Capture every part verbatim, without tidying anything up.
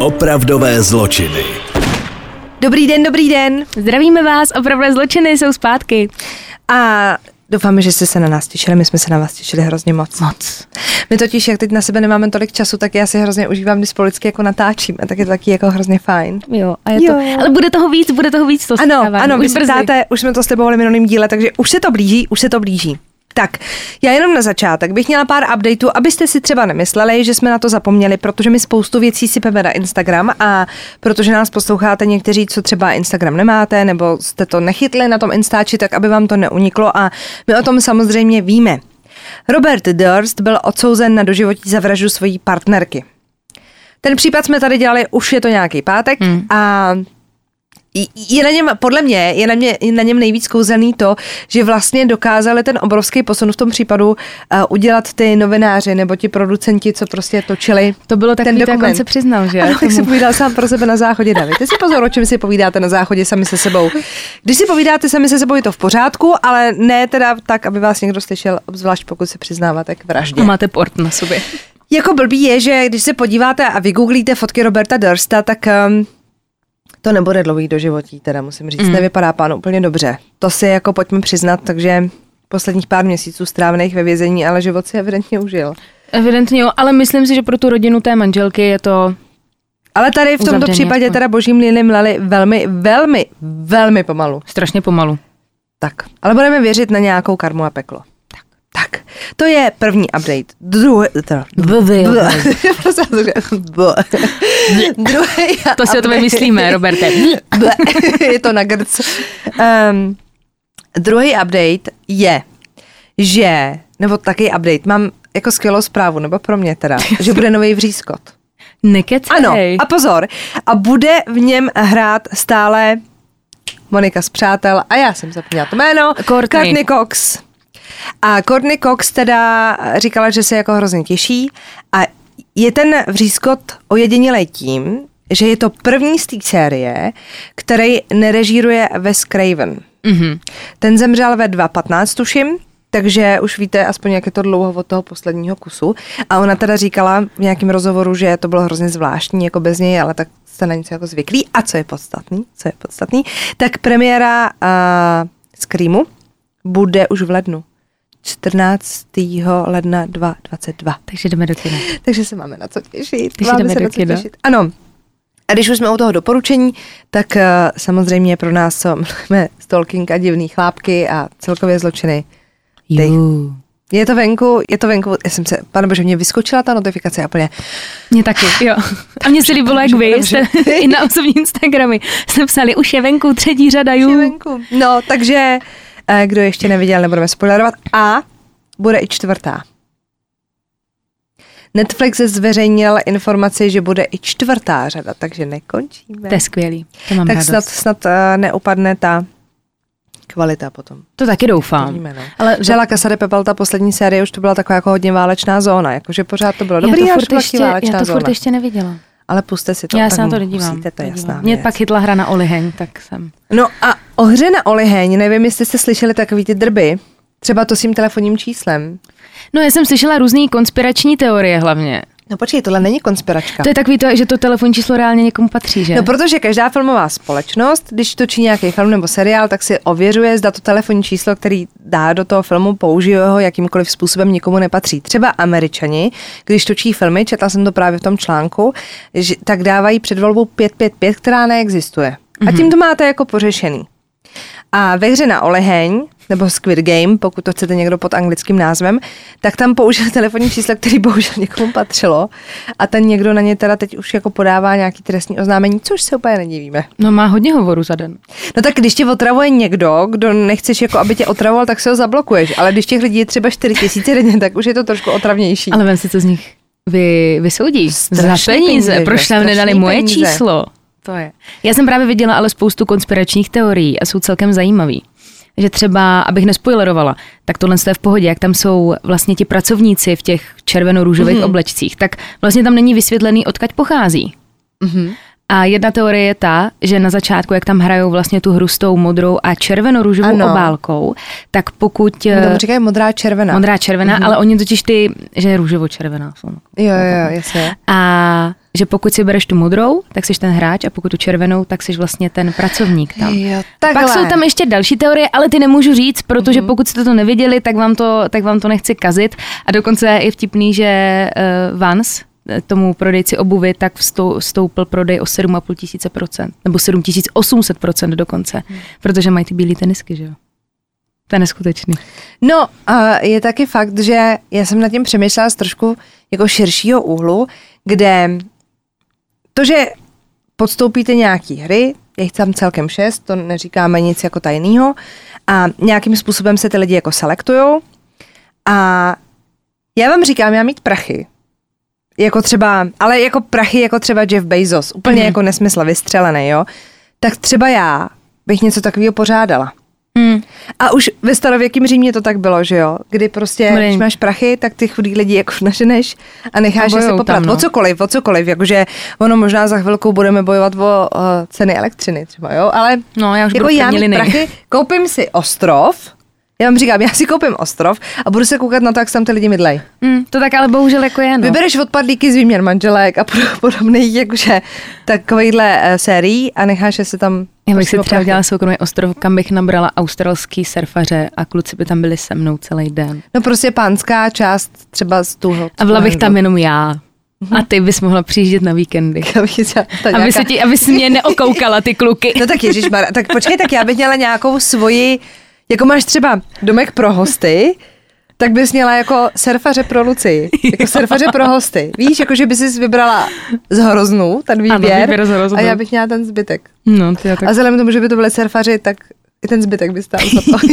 Opravdové zločiny. Dobrý den, dobrý den. Zdravíme vás, opravdové zločiny jsou zpátky. A doufáme, že jste se na nás těšili, my jsme se na vás těšili hrozně moc. Moc. My totiž, jak teď na sebe nemáme tolik času, tak já si hrozně užívám, když spolu vždycky jako natáčím a tak je to taky jako hrozně fajn. Jo, a je jo. to, ale bude toho víc, bude toho víc, to Ano, stává. ano, Už vy ptáte, už jsme to slibovali v minulým díle, takže už se to blíží, už se to blíží. Tak, já jenom na začátek bych měla pár updateů, abyste si třeba nemysleli, že jsme na to zapomněli, protože my spoustu věcí sypeme na Instagram a protože nás posloucháte někteří, co třeba Instagram nemáte, nebo jste to nechytli na tom Instači, tak aby vám to neuniklo a my o tom samozřejmě víme. Robert Durst byl odsouzen na doživotí za vraždu svojí partnerky. Ten případ jsme tady dělali, už je to nějaký pátek hmm. a je na něm, podle mě, je na, mě, je na něm nejvíc kouzelný to, že vlastně dokázali ten obrovský posun v tom případu uh, udělat ty novináři nebo ti producenti, co prostě točili. To bylo takový, tak on se přiznal, že? Ano, tak si povídal sám pro sebe na záchodě, David. Ty si pozor, o čem si povídáte na záchodě sami se sebou. Když si povídáte sami se sebou, je to v pořádku, ale ne teda tak, aby vás někdo slyšel, obzvlášť pokud se přiznáváte k vraždě. A máte port na sobě. Jako blbý je, že když se podíváte a vygooglíte fotky Roberta Dursta, tak um, to nebude dlouhý doživotí, teda musím říct, mm. nevypadá pán úplně dobře. To si jako pojďme přiznat, takže posledních pár měsíců strávených ve vězení, ale život si evidentně užil. Evidentně jo, ale myslím si, že pro tu rodinu té manželky je to... Ale tady v tomto případě aspoň. Teda boží mlýny mleli velmi, velmi, velmi pomalu. Strašně pomalu. Tak, ale budeme věřit na nějakou karmu a peklo. Tak, tak. To je první update. Druhý, teda, Druhý To si o tobě myslíme, Roberte. Je to na grc. Um, druhý update je, že, nebo taky update, mám jako skvělou zprávu, nebo pro mě teda, že bude nový Vřískot. Nekecej. Ano, a pozor, a bude v něm hrát stále Monika z Přátel a já jsem zapomněla to jméno, Courtney. Courtney Cox. A Courtney Cox teda říkala, že se jako hrozně těší a je ten Vřískot ojedinělej tím, že je to první z té série, který nerežíruje Wes Craven. Mm-hmm. Ten zemřel ve dva patnáct tuším, takže už víte aspoň, jak je to dlouho od toho posledního kusu. A ona teda říkala v nějakém rozhovoru, že to bylo hrozně zvláštní, jako bez něj, ale tak jste na něco jako zvyklí. A co je podstatný, co je podstatný, tak premiéra uh, Screamu bude už v lednu. čtrnáctého ledna dva tisíce dvacet dva. Takže jdeme do kina. Takže se máme na co těšit. Takže máme jdeme se do na co kina. těšit. Ano. A když už jsme u toho doporučení, tak uh, samozřejmě pro nás jsou stalking a divný chlápky a celkově zločiny. Jú. Je to venku, je to venku, já jsem se, pane bože, mě vyskočila ta notifikace úplně. Mně taky, jo. A mně se líbilo, jak vy jste i na osobní Instagramy jste psali, už je venku, třetí řada, jú. Už je venku. No, takže kdo ještě neviděl, nebudeme spoilerovat. A bude i čtvrtá. Netflix zveřejnil informaci, že bude i čtvrtá řada, takže nekončíme. To je skvělý, to mám tak radost. snad, snad neupadne ta kvalita potom. To taky doufám. Víme, no. Ale že La Casa de Papel, ta poslední série, už to byla taková jako hodně válečná zóna, jakože pořád to bylo dobrý, já to až furt ještě, válečná já to zóna. furt ještě neviděla. Ale puste si to. Já se na to nedívám. Musíte, to je jasná Mě věc. pak chytla hra na oliheň, tak jsem. No a o hře na oliheň, nevím, jestli jste slyšeli takový ty drby, třeba to s tím telefonním číslem. No já jsem slyšela různý konspirační teorie hlavně. No počkej, tohle není konspiračka. To je takový to, že to telefonní číslo reálně někomu patří, že? No protože každá filmová společnost, když točí nějaký film nebo seriál, tak si ověřuje, zda to telefonní číslo, který dá do toho filmu, použije ho jakýmkoliv způsobem, nikomu nepatří. Třeba Američani, když točí filmy, četla jsem to právě v tom článku, že, tak dávají předvolbu pět pět pět, která neexistuje. A tím to máte jako pořešený. A ve hře na oliheň, nebo Squid Game, pokud to chcete někdo pod anglickým názvem, tak tam použil telefonní číslo, který bohužel někomu patřilo a ten někdo na ně teda teď už jako podává nějaký trestní oznámení, což se úplně nedivíme. No má hodně hovorů za den. No tak když tě otravuje někdo, kdo nechceš jako, aby tě otravoval, tak se ho zablokuješ, ale když těch lidí je třeba čtyři tisíce denně, tak už je to trošku otravnější. Ale vem si, co z nich vy, vysoudí. Strašný Za peníze, peníze, proč tam nedali moje peníze. číslo? To je. Já jsem právě viděla ale spoustu konspiračních teorií a jsou celkem zajímavý. Že třeba, abych nespoilerovala, tak tohle je v pohodě, jak tam jsou vlastně ti pracovníci v těch červeno-růžových mm-hmm. oblečcích, tak vlastně tam není vysvětlený, odkud pochází. Mm-hmm. A jedna teorie je ta, že na začátku, jak tam hrajou vlastně tu hru s tou modrou a červeno-růžovou ano. obálkou, tak pokud... Tomu říkají modrá červená. Modrá červená, mm-hmm. ale oni totiž ty, že je růžovo-červená. Jsou. Jo, jo, jasně. A že pokud si bereš tu modrou, tak jsi ten hráč a pokud tu červenou, tak jsi vlastně ten pracovník tam. Jo, pak jsou tam ještě další teorie, ale ty nemůžu říct, protože mm-hmm. pokud jste to neviděli, tak vám to, tak vám to nechci kazit. A dokonce je vtipný, že uh, Vans, tomu prodejci obuvy, tak stoupil prodej o sedm a půl tisíce procent, nebo sedm tisíc osm set procent dokonce, hmm. protože mají ty bílé tenisky, že jo? To je neskutečný. No, je taky fakt, že já jsem nad tím přemýšlela z trošku jako širšího úhlu, kde to, že podstoupíte nějaký hry, je jich tam celkem šest, to neříkáme nic jako tajného, a nějakým způsobem se ty lidi jako selektujou a já vám říkám, já mít prachy, jako třeba, ale jako prachy, jako třeba Jeff Bezos, úplně mm. jako nesmysl, vystřelený, jo, tak třeba já bych něco takového pořádala. Mm. A už ve starověkém Římě to tak bylo, že jo, kdy prostě, Mlin. když máš prachy, tak ty chudý lidi jako naženeš a necháš je si poprat. No. O cokoliv, o cokoliv, jakože ono možná za chvilku budeme bojovat o uh, ceny elektřiny třeba, jo, ale no, já už jako já mít prachy, koupím si ostrov. Já vám říkám, já si koupím ostrov a budu se koukat na to, jak se tam ty lidi mydlej. Mm, to tak ale bohužel jako je, no. Vybereš odpadlíky z výměr manželek a podobných jakože takovýhle uh, sérií a necháš se tam... Já bych si třeba udělala soukromý ostrov, kam bych nabrala australský surfaře a kluci by tam byli se mnou celý den. No prostě pánská část třeba z toho. A byla bych tam jenom já. A ty bys mohla přijíždět na víkendy. Nějaká... Aby se ti, aby si mě neokoukala ty kluky. No tak ježišmar, tak počkej, tak já bych měla nějakou svoji... Jako máš třeba domek pro hosty, tak bys měla jako surfaře pro Lucii. Jako surfaře pro hosty. Víš, jako že bys si vybrala z Hroznu, ten výběr, ano, z Hroznu. A já bych měla ten zbytek. No, ty tak... A vzhledem k tomu, že by to byly surfaři, tak i ten zbytek by stál za to.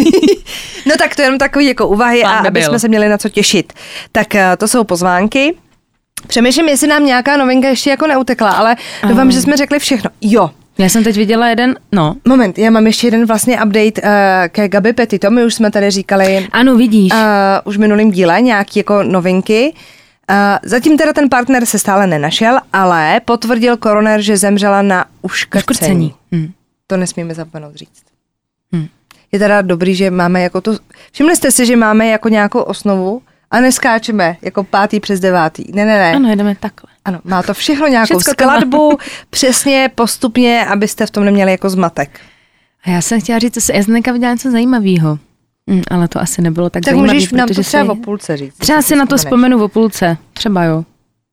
No tak to je jenom takový jako úvahy Pán a aby byl. jsme se měli na co těšit. Tak to jsou pozvánky. Přemýšlím, jestli nám nějaká novinka ještě jako neutekla, ale doufám, že jsme řekli všechno. Jo. Já jsem teď viděla jeden, no. Moment, já mám ještě jeden vlastně update uh, ke Gabi Petito, my už jsme tady říkali. Ano, vidíš. Uh, už v minulém díle nějaký jako novinky. Uh, zatím teda ten partner se stále nenašel, ale potvrdil koroner, že zemřela na uškrcení. uškrcení. Hmm. To nesmíme zapomenout říct. Hmm. Je teda dobrý, že máme jako to, všimli jste si, že máme jako nějakou osnovu a neskáčeme jako pátý přes devátý. Ne, ne, ne. Ano, jedeme takhle. Ano, má to všechno nějakou Všecko skladbu, přesně, postupně, abyste v tom neměli jako zmatek. A já jsem chtěla říct, já jsem viděla něco zajímavého, mm, ale to asi nebylo tak, tak zajímavé. Tak můžeš nám to třeba si, o půlce říct. Třeba si na to vzpomenu o půlce, třeba jo.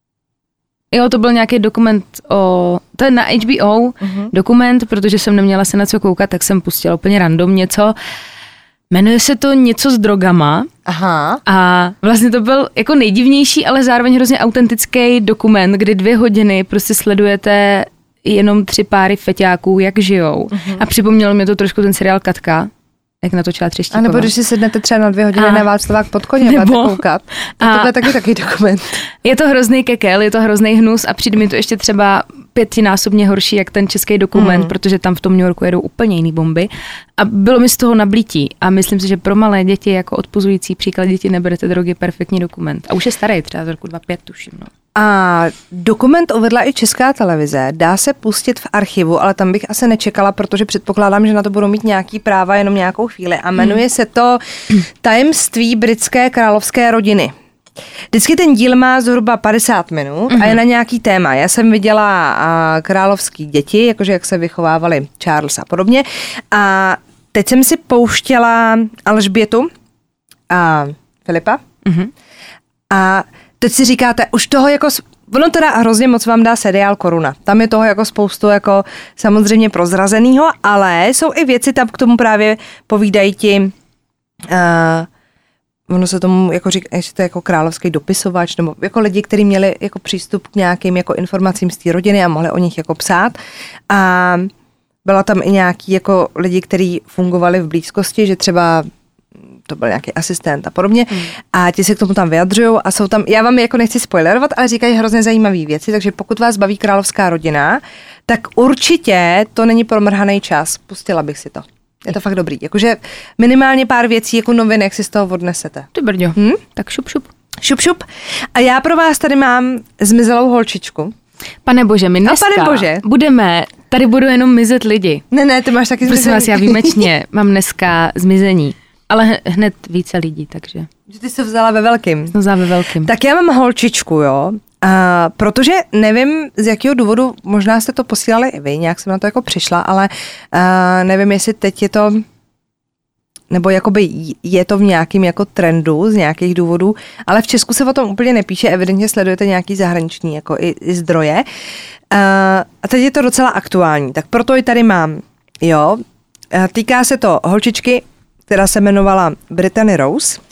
Jo, to byl nějaký dokument o, to je na H B O uh-huh. dokument, protože jsem neměla se na co koukat, tak jsem pustila úplně random něco. Jmenuje se to něco s drogama. Aha. A vlastně to byl jako nejdivnější, ale zároveň hrozně autentický dokument, kdy dvě hodiny prostě sledujete jenom tři páry feťáků, jak žijou. Uh-huh. A připomnělo mě to trošku ten seriál Katka, jak natočila Třeštíková. A nebo když si sednete třeba na dvě hodiny a na Václavák pod koně a máte koukat, tak tohle je taky takový dokument. Je to hrozný kekel, je to hrozný hnus a přijde mi to ještě třeba pětinásobně horší, jak ten český dokument, mm. protože tam v tom New Yorku jedou úplně jiný bomby. A bylo mi z toho nablítí. A myslím si, že pro malé děti jako odpuzující příklad děti neberete drogy perfektní dokument. A už je starý, třeba z roku dvacet pět tuším. No. A dokument uvedla i Česká televize. Dá se pustit v archivu, ale tam bych asi nečekala, protože předpokládám, že na to budou mít nějaký práva jenom nějakou chvíli. A jmenuje hmm. se to Tajemství britské královské rodiny. Vždycky ten díl má zhruba padesát minut mm-hmm. a je na nějaký téma. Já jsem viděla a, královský děti, jakože jak se vychovávali Charles a podobně. A teď jsem si pouštěla Alžbětu a Filipa. Mm-hmm. A teď si říkáte, už toho jako, ono teda hrozně moc vám dá seriál Koruna. Tam je toho jako spoustu jako samozřejmě prozrazenýho, ale jsou i věci, tam k tomu právě povídají ti, uh, ono se tomu jako říká, že to je jako královský dopisovač, nebo jako lidi, kteří měli jako přístup k nějakým jako informacím z té rodiny a mohli o nich jako psát. A byla tam i nějaký jako lidi, kteří fungovali v blízkosti, že třeba to byl nějaký asistent a podobně. Hmm. A ti se k tomu tam vyjadřují a jsou tam, já vám jako nechci spoilerovat, ale říkají hrozně zajímavé věci, takže pokud vás baví královská rodina, tak určitě to není promrhaný čas. Pustila bych si to. Je to fakt dobrý. Jakože minimálně pár věcí jako novinek si z toho odnesete. Ty brďo. Hm? Tak šup šup. Šup šup. A já pro vás tady mám zmizelou holčičku. Pane bože, my dneska pane bože. budeme, tady budou jenom mizet lidi. Ne, ne, ty máš taky zmizení. Prosím vás, já výjimečně mám dneska zmizení, ale hned více lidí, takže. Že ty jsi vzala ve velkým. Jsem vzala ve velkým. Tak já mám holčičku, jo. A protože nevím, z jakého důvodu, možná jste to posílali i vy, nějak jsem na to jako přišla, ale uh, nevím, jestli teď je to, nebo jakoby je to v nějakým jako trendu z nějakých důvodů, ale v Česku se o tom úplně nepíše, evidentně sledujete nějaký zahraniční jako i, i zdroje. Uh, a teď je to docela aktuální, tak proto ji tady mám, jo. Uh, týká se to holčičky, která se jmenovala Brittany Rose.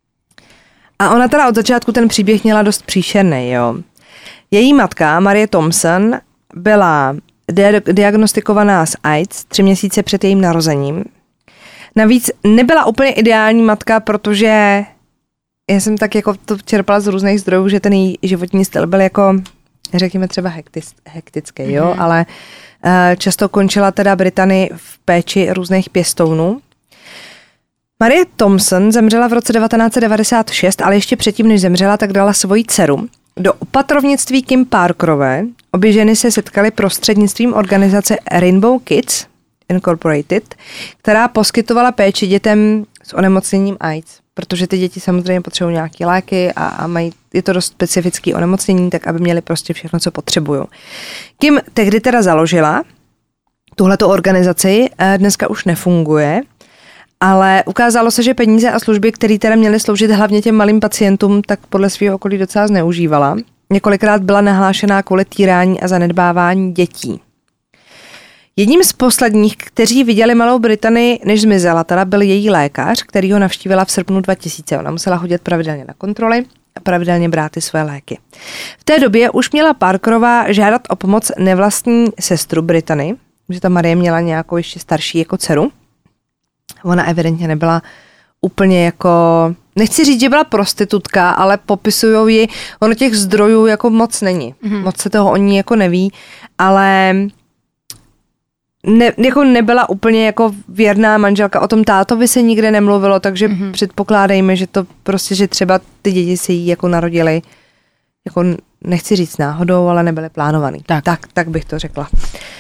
A ona teda od začátku ten příběh měla dost příšerný, jo. Její matka, Marie Thompson, byla di- diagnostikovaná s AIDS tři měsíce před jejím narozením. Navíc nebyla úplně ideální matka, protože já jsem tak jako to čerpala z různých zdrojů, že ten její životní styl byl jako, řekněme třeba hektis, hektický, jo, mm-hmm. ale uh, často končila teda Brittany v péči různých pěstounů. Marie Thompson zemřela v roce devatenáct set devadesát šest, ale ještě předtím, než zemřela, tak dala svoji dceru do opatrovnictví Kim Parkerové. Obě ženy se setkaly prostřednictvím organizace Rainbow Kids Incorporated, která poskytovala péči dětem s onemocněním AIDS, protože ty děti samozřejmě potřebují nějaké léky a, a mají, je to dost specifické onemocnění, tak aby měli prostě všechno, co potřebují. Kim tehdy teda založila tuhleto organizaci, dneska už nefunguje, ale ukázalo se, že peníze a služby, které teda měly sloužit hlavně těm malým pacientům, tak podle svého okolí docela zneužívala. Několikrát byla nahlášená kvůli týrání a zanedbávání dětí. Jedním z posledních, kteří viděli malou Britany, než zmizela, teda byl její lékař, který ho navštívila v srpnu dva tisíce. Ona musela chodit pravidelně na kontroly a pravidelně brát ty své léky. V té době už měla Parkerová žádat o pomoc nevlastní sestru Britany, že ta Marie měla nějakou ještě starší jako dceru. Ona evidentně nebyla úplně jako, nechci říct, že byla prostitutka, ale popisujou ji, ono těch zdrojů jako moc není. Mm-hmm. Moc se toho o ní jako neví, ale ne, jako nebyla úplně jako věrná manželka. O tom tátovi se nikde nemluvilo, takže mm-hmm. předpokládejme, že to prostě, že třeba ty děti se jí jako narodily, jako nechci říct náhodou, ale nebyly plánovaný. Tak, tak, tak bych to řekla.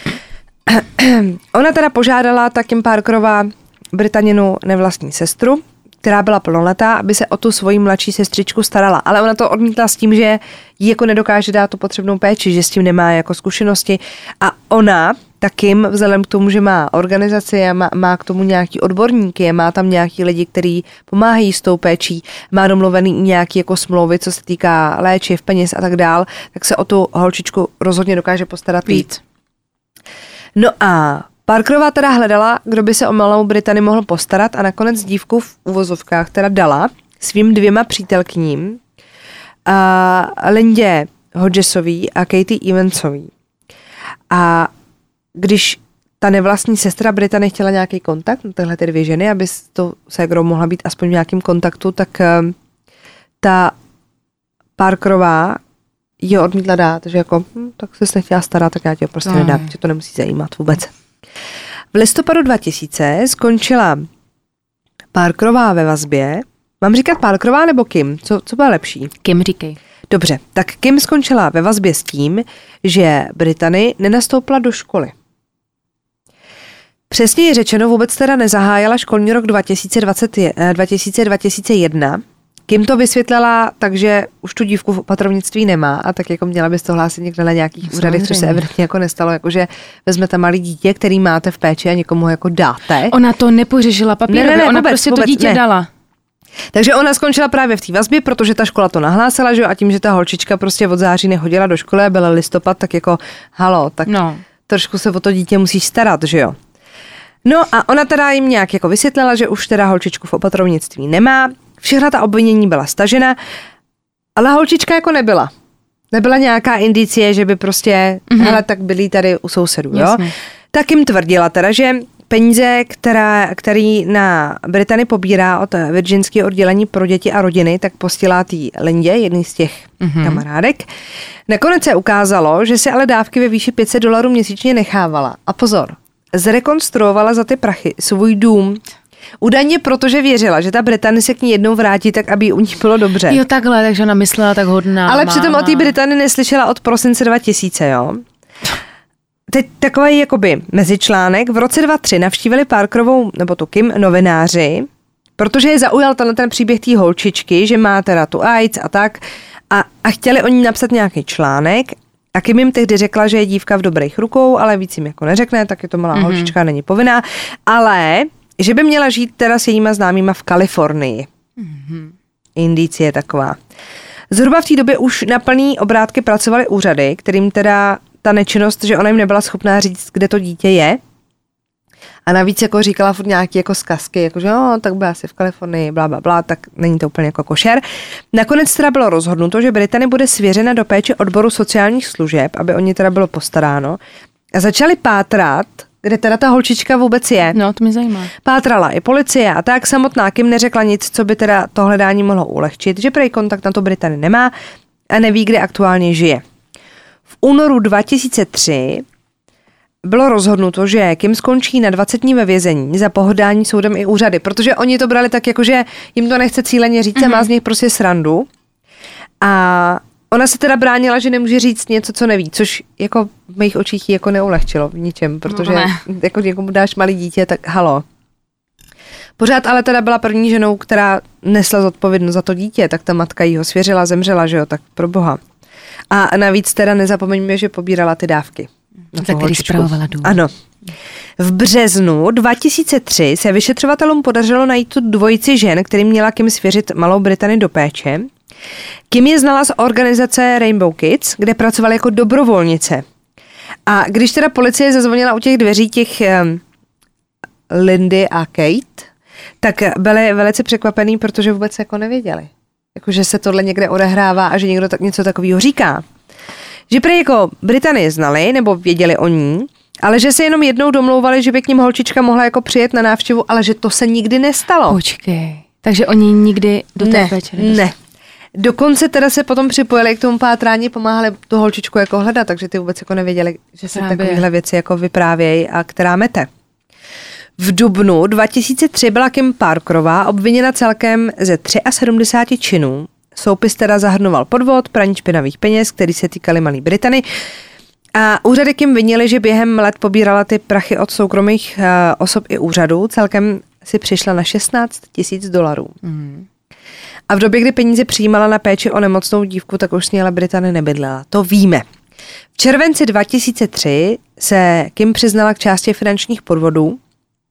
Ona teda požádala ta Kim Parkerová Britaninu nevlastní sestru, která byla plnoletá, aby se o tu svoji mladší sestřičku starala. Ale ona to odmítla s tím, že jí jako nedokáže dát tu potřebnou péči, že s tím nemá jako zkušenosti. A ona, ta Kim, vzhledem k tomu, že má organizaci a má, má k tomu nějaký odborníky, má tam nějaký lidi, kteří pomáhají s tou péčí, má domluvený nějaký jako smlouvy, co se týká léčiv, peněz a tak dál, tak se o tu holčičku rozhodně dokáže postarat víc. No a Parkerová teda hledala, kdo by se o malou Britany mohl postarat a nakonec dívku v uvozovkách teda dala svým dvěma přítelkyním, uh, Lindě Hodgesový a Katie Evansový. A když ta nevlastní sestra Britany chtěla nějaký kontakt na tyhle ty dvě ženy, aby s tou ségrou mohla být aspoň v nějakém kontaktu, tak uh, ta Parkerová ji odmítla dát, že jako, hm, tak se nechtěla starat, tak já tě prostě mm. nedám, že to nemusí zajímat vůbec. V listopadu dva tisíce skončila Parkerová ve vazbě. Mám říkat Parkerová nebo Kim? Co, co bude lepší? Kim říkej. Dobře, tak Kim skončila ve vazbě s tím, že Britany nenastoupila do školy. Přesněji řečeno vůbec teda nezahájila školní rok dva tisíce dvacet, dva tisíce, dva tisíce jedna. Kim to vysvětlila, takže už tu dívku v opatrovnictví nemá a tak jako měla bys to hlásit někde na nějakých úřadech, což se evidentně jako nestalo, jakože vezmete malý dítě, který máte v péči a někomu ho jako dáte. Ona to nepořešila papírově, ne, ne, ne, ona vůbec, prostě vůbec, to dítě ne. dala. Takže ona skončila právě v té vazbě, protože ta škola to nahlásila, že jo, a tím, že ta holčička prostě od září nechodila do školy a byl listopad, tak jako halo, tak no. trošku se o to dítě musíš starat, že jo. No a ona teda jim nějak jako vysvětlila, že už teda holčičku v opatrovnictví nemá. Všechna ta obvinění byla stažena, ale holčička jako nebyla. Nebyla nějaká indicie, že by prostě, mm-hmm. hele, tak byli tady u sousedů, jo. Tak jim tvrdila teda, že peníze, která, který na Britany pobírá od virginského oddělení pro děti a rodiny, tak posílá tý Lindě, jedný z těch mm-hmm. kamarádek. Nakonec se ukázalo, že si ale dávky ve výši pět set dolarů měsíčně nechávala. A pozor, zrekonstruovala za ty prachy svůj dům Údajně protože věřila, že ta Brittany se k ní jednou vrátí, tak aby u ní bylo dobře. Jo, takhle, takže ona myslela tak hodná. Ale přitom o té Brittany neslyšela od prosince dva tisíce, jo. Teď takový jakoby mezičlánek. V roce dva tisíce tři navštívili Parkerovou, nebo tu Kim, novináři, protože je zaujal tenhle ten příběh té holčičky, že má teda tu AIDS a tak a, a chtěli o ní napsat nějaký článek a Kim jim tehdy řekla, že je dívka v dobrých rukou, ale víc jim jako neřekne, tak je to malá mm-hmm. holčička, není povinná, ale že by měla žít teda s jejíma známýma v Kalifornii. Mm-hmm. Indicie je taková. Zhruba v té době už na plný obrátky pracovaly úřady, kterým teda ta nečinnost, že ona jim nebyla schopná říct, kde to dítě je. A navíc jako říkala furt nějaký jako zkazky, jako že no, tak byla asi v Kalifornii, blá, blá, blá, tak není to úplně jako košer. Nakonec teda bylo rozhodnuto, že Brittany bude svěřena do péče odboru sociálních služeb, aby o ní teda bylo postaráno. A začali pátrat, kde teda ta holčička vůbec je. No, to mě zajímá. Pátrala i policie a tak samotná Kim neřekla nic, co by teda to hledání mohlo ulehčit, že prej kontakt na to Brittany nemá a neví, kde aktuálně žije. V únoru dva tisíce tři bylo rozhodnuto, že Kim skončí na dvacet dní ve vězení za pohrdání soudem i úřady, protože oni to brali tak, jako že jim to nechce cíleně říct, mm-hmm. má z nich prostě srandu. A ona se teda bránila, že nemůže říct něco, co neví, což jako v mých očích jí jako neulehčilo v ničem, protože no ne. jako někomu dáš malý dítě, tak halo. Pořád ale teda byla první ženou, která nesla zodpovědnost za to dítě, tak ta matka jí ho svěřila, zemřela, že jo, tak pro boha. A navíc teda nezapomeňme, že pobírala ty dávky. Za který spravovala dům. Ano. V březnu dva tisíce tři se vyšetřovatelům podařilo najít tu dvojici žen, kterým měla Kim svěřit malou Brittany do péče. Kim je znala z organizace Rainbow Kids, kde pracovala jako dobrovolnice. A když teda policie zazvonila u těch dveří těch um, Lindy a Kate, tak byli velice překvapený, protože vůbec jako nevěděli. Jako, že se tohle někde odehrává a že někdo tak něco takového říká. Že prý jako Brittany znali nebo věděli o ní, ale že se jenom jednou domlouvali, že by k ním holčička mohla jako přijet na návštěvu, ale že to se nikdy nestalo. Počkej, takže oni nikdy do té péče nedostali. Ne. Dokonce teda se potom připojili k tomu pátrání, pomáhali tu holčičku jako hledat, takže ty vůbec jako nevěděli, že se Právě. takovéhle věci jako vyprávějí a která mete. V dubnu dva tisíce tři byla Kim Parkerová obviněna celkem ze sedmdesáti tři činů. Soupis teda zahrnoval podvod, praní špinavých peněz, který se týkaly malý Brittany. A úřady Kim vinili, že během let pobírala ty prachy od soukromých uh, osob i úřadů. Celkem si přišla na šestnáct tisíc dolarů. Mm. A v době, kdy peníze přijímala na péči o nemocnou dívku, tak už s ní ale Brittany nebydlela. To víme. V červenci dva tisíce tři se Kim přiznala k části finančních podvodů,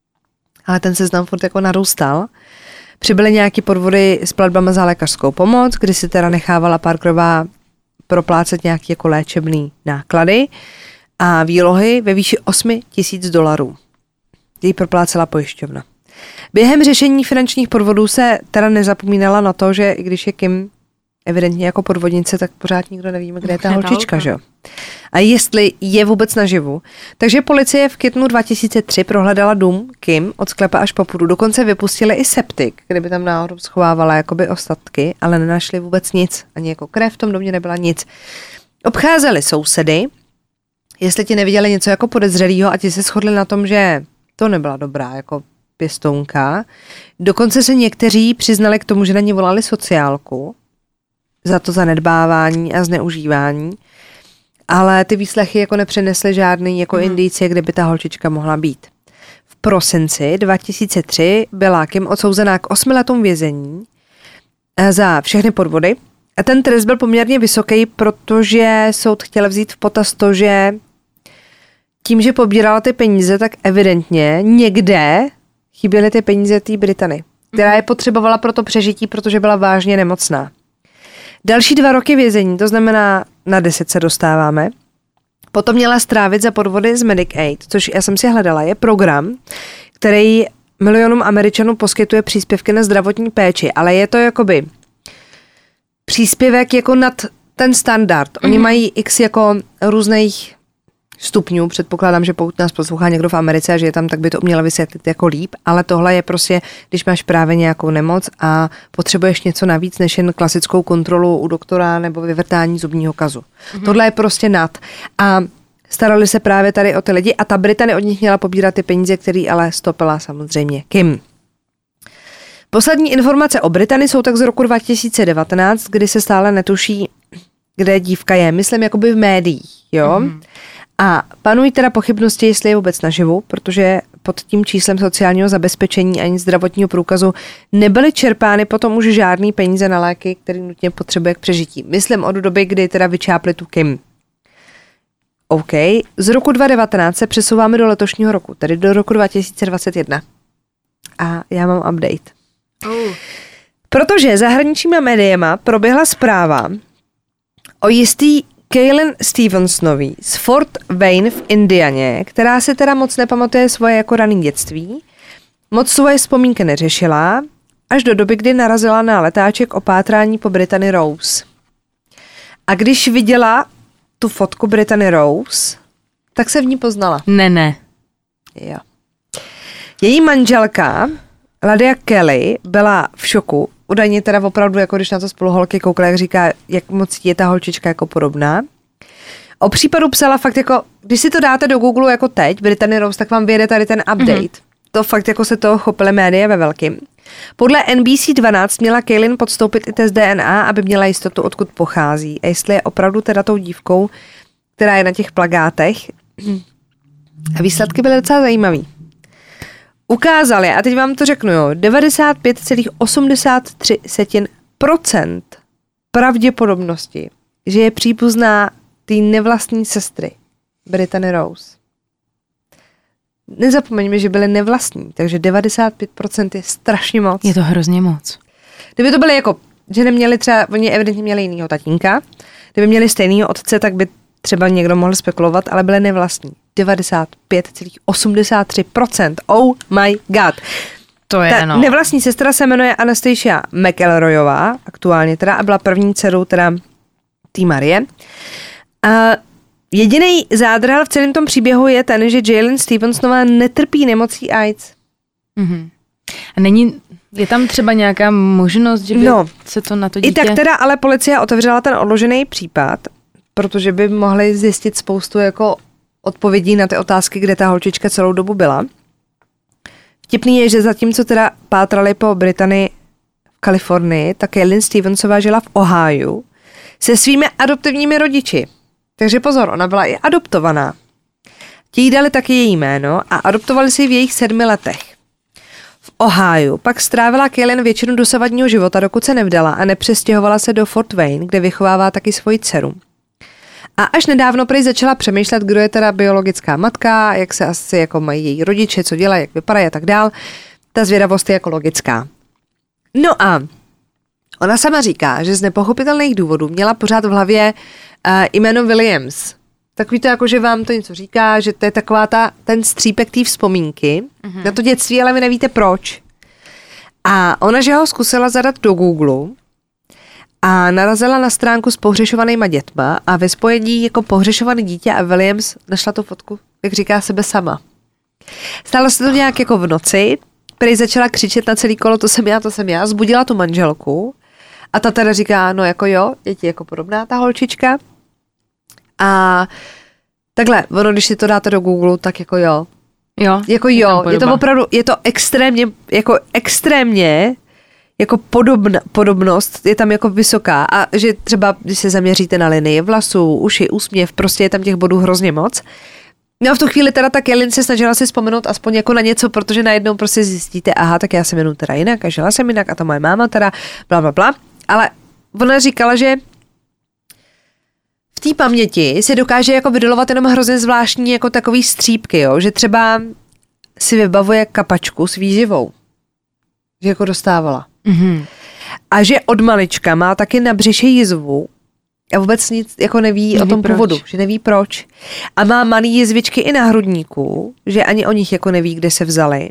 ale ten seznam furt jako narůstal. Přibyly nějaký podvody s platbama za lékařskou pomoc, kdy si teda nechávala Parkerová proplácet nějaké jako léčebný náklady a výlohy ve výši osm tisíc dolarů. Její proplácela pojišťovna. Během řešení finančních podvodů se teda nezapomínala na to, že i když je Kim evidentně jako podvodnice, tak pořád nikdo nevíme, kde je ta holčička, že jo? A jestli je vůbec naživu. Takže policie v květnu dva tisíce tři prohledala dům Kim od sklepa až po půdu. Dokonce vypustili i septik, kdyby tam náhodou schovávala jakoby ostatky, ale nenašli vůbec nic. Ani jako krev v tom domě nebyla nic. Obcházeli sousedy, jestli ti neviděli něco jako podezřelýho a ti se shodli na tom, že to nebyla dobrá jako pěstounka. Dokonce se někteří přiznali k tomu, že na ní volali sociálku za to zanedbávání a zneužívání, ale ty výslechy jako nepřinesly žádný jako mm. indicie, kde by ta holčička mohla být. V prosinci dva tisíce tři byla Kim odsouzená k osmi letům vězení za všechny podvody a ten trest byl poměrně vysoký, protože soud chtěl vzít v potaz to, že tím, že pobírala ty peníze, tak evidentně někde chyběly ty peníze té Brittany, která je potřebovala pro to přežití, protože byla vážně nemocná. Další dva roky vězení, to znamená na deset se dostáváme. Potom měla strávit za podvody z Medicaid, což já jsem si hledala, je program, který milionům Američanů poskytuje příspěvky na zdravotní péči, ale je to jakoby příspěvek jako nad ten standard. Oni mm-hmm. mají x jako různých stupňů, předpokládám, že pokud nás poslouchá někdo v Americe a že je tam, tak by to uměla vysvětlit jako líp, ale tohle je prostě, když máš právě nějakou nemoc a potřebuješ něco navíc, než jen klasickou kontrolu u doktora nebo vyvrtání zubního kazu. Mm-hmm. Tohle je prostě nad. A starali se právě tady o ty lidi a ta Brittany od nich měla pobírat ty peníze, který ale stopila samozřejmě Kim. Poslední informace o Británii jsou tak z roku dva tisíce devatenáct, kdy se stále netuší, kde dívka je. Myslím jakoby v médiích, jo. Mm. A panují teda pochybnosti, jestli je vůbec naživu, protože pod tím číslem sociálního zabezpečení ani zdravotního průkazu nebyly čerpány potom už žádný peníze na léky, který nutně potřebuje k přežití. Myslím od doby, kdy teda vyčápli tu Kim. OK, z roku dva tisíce devatenáct se přesouváme do letošního roku, tedy do roku dva tisíce dvacet jedna. A já mám update. Uh. Protože zahraničníma médiema proběhla zpráva o jistý Kaylin Stevensonový z Fort Wayne v Indianě, která se teda moc nepamatuje svoje jako rané dětství, moc svoje vzpomínky neřešila, až do doby, kdy narazila na letáček o pátrání po Brittany Rose. A když viděla tu fotku Brittany Rose, tak se v ní poznala. Ne, ne. Jo. Její manželka, Ladia Kelly, byla v šoku. Údajně teda opravdu, jako když na to spolu holky koukla, jak říká, jak moc je ta holčička jako podobná. O případu psala fakt jako, když si to dáte do Google jako teď, Brittany Rose, tak vám vyjede tady ten update. Mm-hmm. To fakt jako se toho chopily média ve velkým. Podle N B C dvanáct měla Kaylin podstoupit i test D N A, aby měla jistotu, odkud pochází. A jestli je opravdu teda tou dívkou, která je na těch plakátech. A výsledky byly docela zajímavý. Ukázali, a teď vám to řeknu, jo, devadesát pět celá osmdesát tři procent pravděpodobnosti, že je příbuzná té nevlastní sestry Brittany Rose. Nezapomeňme, že byly nevlastní, takže devadesát pět procent je strašně moc. Je to hrozně moc. Kdyby to byly jako, že neměli třeba, oni evidentně měli jinýho tatínka, kdyby měli stejného otce, tak by třeba někdo mohl spekulovat, ale byly nevlastní. devadesát pět celá osmdesát tři procent. Oh my god. To je, Ta no. nevlastní sestra se jmenuje Anastasia McElroyová, aktuálně teda, a byla první dcerou teda tý Marie. A jediný zádrhel v celém tom příběhu je ten, že Jaylin Stevensonová netrpí nemocí AIDS. Mm-hmm. A není, je tam třeba nějaká možnost, že by no, se to na to dítě... I tak teda, ale policie otevřela ten odložený případ, protože by mohli zjistit spoustu jako odpovědí na ty otázky, kde ta holčička celou dobu byla. Vtipný je, že zatímco teda pátrali po Británii v Kalifornii, tak Kaylin Stevensová žila v Ohiu se svými adoptivními rodiči. Takže pozor, ona byla i adoptovaná. Ti jí dali taky její jméno a adoptovali si ji v jejich sedmi letech. V Ohiu pak strávila Kaylin většinu dosavadního života, dokud se nevdala a nepřestěhovala se do Fort Wayne, kde vychovává taky svoji dceru. A až nedávno prý začala přemýšlet, kdo je teda biologická matka, jak se asi jako mají její rodiče, co dělají, jak vypadají a tak dál. Ta zvědavost je jako logická. No a ona sama říká, že z nepochopitelných důvodů měla pořád v hlavě uh, jméno Williams. Takový to jako, že vám to něco říká, že to je taková ta, ten střípek té vzpomínky mm-hmm. na to dětství, ale vy nevíte proč. A ona, že ho zkusila zadat do Google a narazila na stránku s pohřešovanýma dětma a ve spojení jako pohřešovaný dítě a Williams našla tu fotku, jak říká, sebe sama. Stalo se to nějak jako v noci, prý začala křičet na celý kolo, to jsem já, to jsem já, zbudila tu manželku a ta teda říká, no jako jo, je ti jako podobná ta holčička. A takhle, ono, když si to dáte do Google, tak jako jo. Jo, jako jo, je, je to opravdu, je to extrémně, jako extrémně jako podobna, podobnost je tam jako vysoká a že třeba, když se zaměříte na linii vlasů, uši, úsměv, prostě je tam těch bodů hrozně moc. No a v tu chvíli teda ta Kaylin se snažila si vzpomenout aspoň jako na něco, protože najednou prostě zjistíte, aha, tak já se jmenuji teda jinak a žila jsem jinak a ta moje máma teda bla, bla, bla. Ale ona říkala, že v té paměti si dokáže jako vydolovat jenom hrozně zvláštní jako takový střípky, jo? Že třeba si vybavuje kapačku s výživou, že jako dostávala. Mm-hmm. A že od malička má taky na břiše jizvu a vůbec nic jako neví, neví o tom proč. Původu, že neví proč. A má malý jizvičky i na hrudníku, že ani o nich jako neví, kde se vzaly.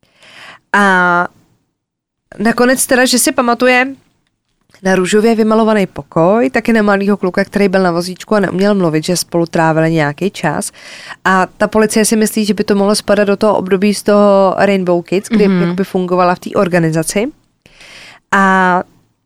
A nakonec teda, že si pamatuje na růžově vymalovaný pokoj, taky na malýho kluka, který byl na vozíčku a neuměl mluvit, že spolu trávili nějaký čas. A ta policie si myslí, že by to mohlo spadat do toho období z toho Rainbow Kids, kdy mm-hmm. jakoby fungovala v té organizaci. A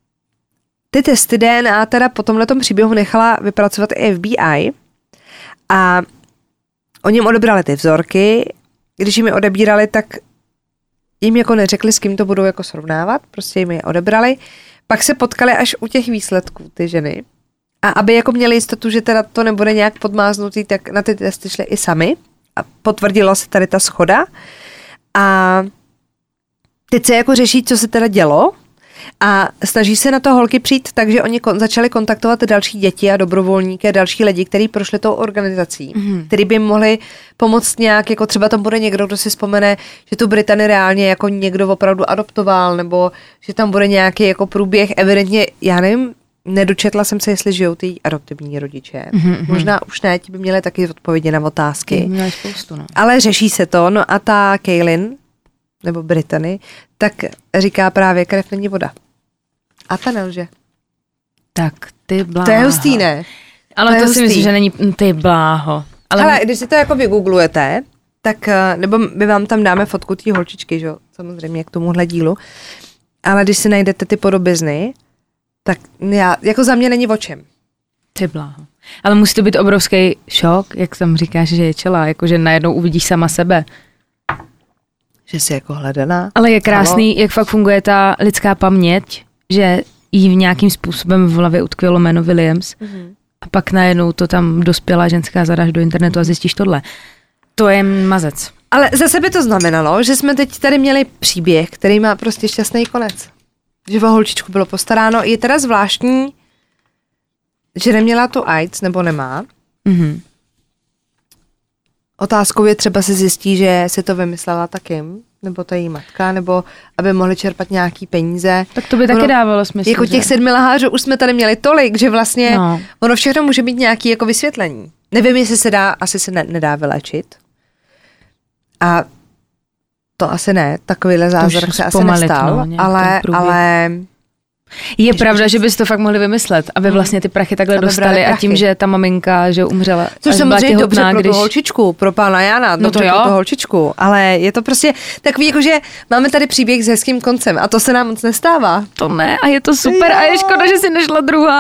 ty testy D N A teda po tomhletom příběhu nechala vypracovat i F B I a oni jim odebrali ty vzorky. Když jim je odebírali, tak jim jako neřekli, s kým to budou jako srovnávat, prostě jim je odebrali. Pak se potkali až u těch výsledků ty ženy. A aby jako měli jistotu, že teda to nebude nějak podmáznutý, tak na ty testy šli i sami. A potvrdilo se tady ta shoda. A teď se jako řeší, co se teda dělo. A snaží se na to holky přijít, takže oni kon- začali kontaktovat další děti a dobrovolníky a další lidi, kteří prošli tou organizací, mm-hmm. který by jim mohli pomoct nějak, jako třeba tam bude někdo, kdo si vzpomene, že tu Britany reálně jako někdo opravdu adoptoval, nebo že tam bude nějaký jako průběh, evidentně, já nevím, nedočetla jsem se, jestli žijou ty adoptivní rodiče. Mm-hmm. Možná už ne, ti by měli taky odpovědi na otázky. Měli spoustu, no. Ale řeší se to, no a ta Kaylin, nebo Brittany, tak říká právě, krev není voda. A ta nelže. Tak ty bláho. To je hustý, ne? Ale to, to si myslím, že není ty bláho. Ale Hele, když si to jako vygooglujete, tak, nebo my vám tam dáme fotku té holčičky, že? Samozřejmě k tomuhle dílu, ale když si najdete ty podobizny, tak já, jako za mě není o čem. Ty bláho. Ale musí to být obrovský šok, jak tam říkáš, že je čela, jakože najednou uvidíš sama sebe. Že jsi jako hledaná. Ale je krásný, Halo. Jak fakt funguje ta lidská paměť, že jí v nějakým způsobem v hlavě utkvělo jméno Williams mm-hmm. a pak najednou to tam dospělá ženská zadáš do internetu a zjistíš tohle. To je mazec. Ale zase by to znamenalo, že jsme teď tady měli příběh, který má prostě šťastný konec. Že o holčičku bylo postaráno. Je teda zvláštní, že neměla tu AIDS, nebo nemá. Mm-hmm. Otázkou je třeba se zjistí, že si to vymyslela taky, nebo ta její matka, nebo aby mohli čerpat nějaký peníze. Tak to by taky ono, dávalo smysl. Jako těch že? sedmi lhářů už jsme tady měli tolik, že vlastně no. ono všechno může být nějaký jako vysvětlení. Nevím, jestli se dá, asi se ne, nedá vylečit. A to asi ne, takovýhle zázrak se asi nestal, no, ale, ale... Je pravda, že bys to fakt mohli vymyslet, aby vlastně ty prachy takhle dostali a tím, že ta maminka, že umřela. Což samozřejmě dobře pro když... tu holčičku, pro pána Jana, no to pro tu holčičku, ale je to prostě takový, jako že máme tady příběh s hezkým koncem a to se nám moc nestává. To ne a je to super jo. A je škoda, že si nešla druhá.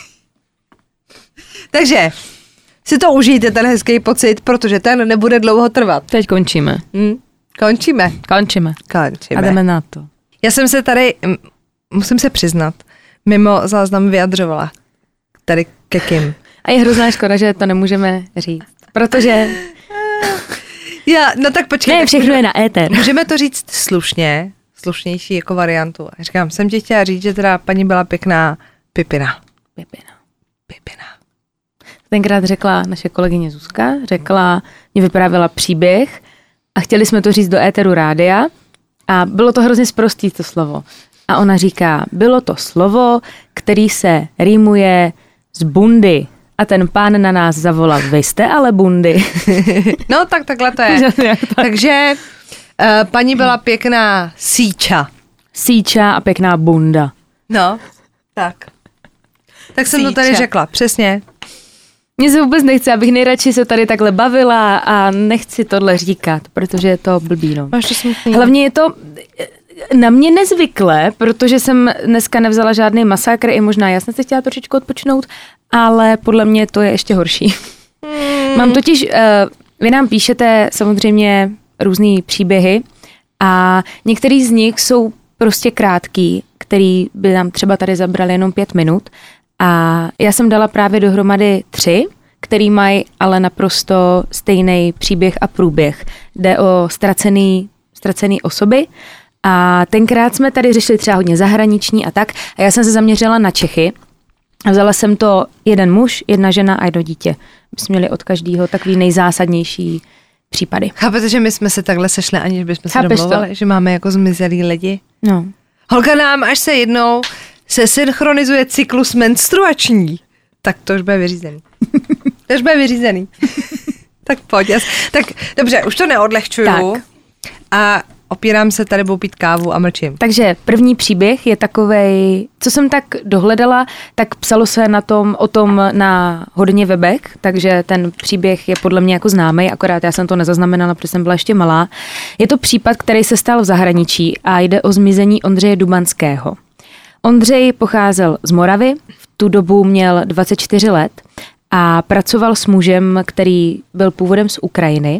Takže si to užijte, ten hezký pocit, protože ten nebude dlouho trvat. Teď končíme. Hmm. Končíme. Končíme. Končíme. A jdeme na to. Já jsem se tady... Musím se přiznat, mimo záznam vyjadřovala tady ke Kim. A je hrozná škoda, že to nemůžeme říct, protože... Já, no tak počkej. Ne, všechno je na éter. Můžeme to říct slušně, slušnější jako variantu. A říkám, jsem ti chtěla říct, že teda paní byla pěkná Pipina. Pipina. Pipina. Tenkrát řekla naše kolegyně Zuzka, řekla, mě vyprávěla příběh a chtěli jsme to říct do éteru rádia a bylo to hrozně sprostý to slovo. A ona říká, bylo to slovo, který se rýmuje z bundy. A ten pán na nás zavolal, vy jste ale bundy. No tak takhle to je. Takže uh, paní byla pěkná síča. Síča a pěkná bunda. No, tak. Tak jsem síča. To tady řekla, přesně. Mně se vůbec nechce, abych nejradši se tady takhle bavila a nechci tohle říkat, protože je to blbý, no. Máš to smutný. Hlavně je to... Na mě nezvykle, protože jsem dneska nevzala žádný masakr, i možná já jsem se chtěla trošičku odpočinout, ale podle mě to je ještě horší. Mm. Mám totiž, uh, vy nám píšete samozřejmě různý příběhy a některý z nich jsou prostě krátký, který by nám třeba tady zabrali jenom pět minut a já jsem dala právě dohromady tři, který mají ale naprosto stejný příběh a průběh. Jde o ztracený, ztracený osoby. A tenkrát jsme tady řešili třeba hodně zahraniční a tak. A já jsem se zaměřila na Čechy. A vzala jsem to jeden muž, jedna žena a jedno dítě. My jsme měli od každého takový nejzásadnější případy. Chápete, že my jsme se takhle sešli, aniž bychom Chápeš se domluvali, to? Že máme jako zmizelý lidi? No. Holka nám, až se jednou se synchronizuje cyklus menstruační, tak to už bude vyřízený. To už bude vyřízený. Tak pojď. Tak dobře, už to neodlehčuju. Tak. A opírám se, tady budu pít kávu a mlčím. Takže první příběh je takovej, co jsem tak dohledala, tak psalo se na tom, o tom na hodně webek, takže ten příběh je podle mě jako známý, akorát já jsem to nezaznamenala, protože jsem byla ještě malá. Je to případ, který se stal v zahraničí a jde o zmizení Ondřeje Dubanského. Ondřej pocházel z Moravy, v tu dobu měl dvacet čtyři let a pracoval s mužem, který byl původem z Ukrajiny.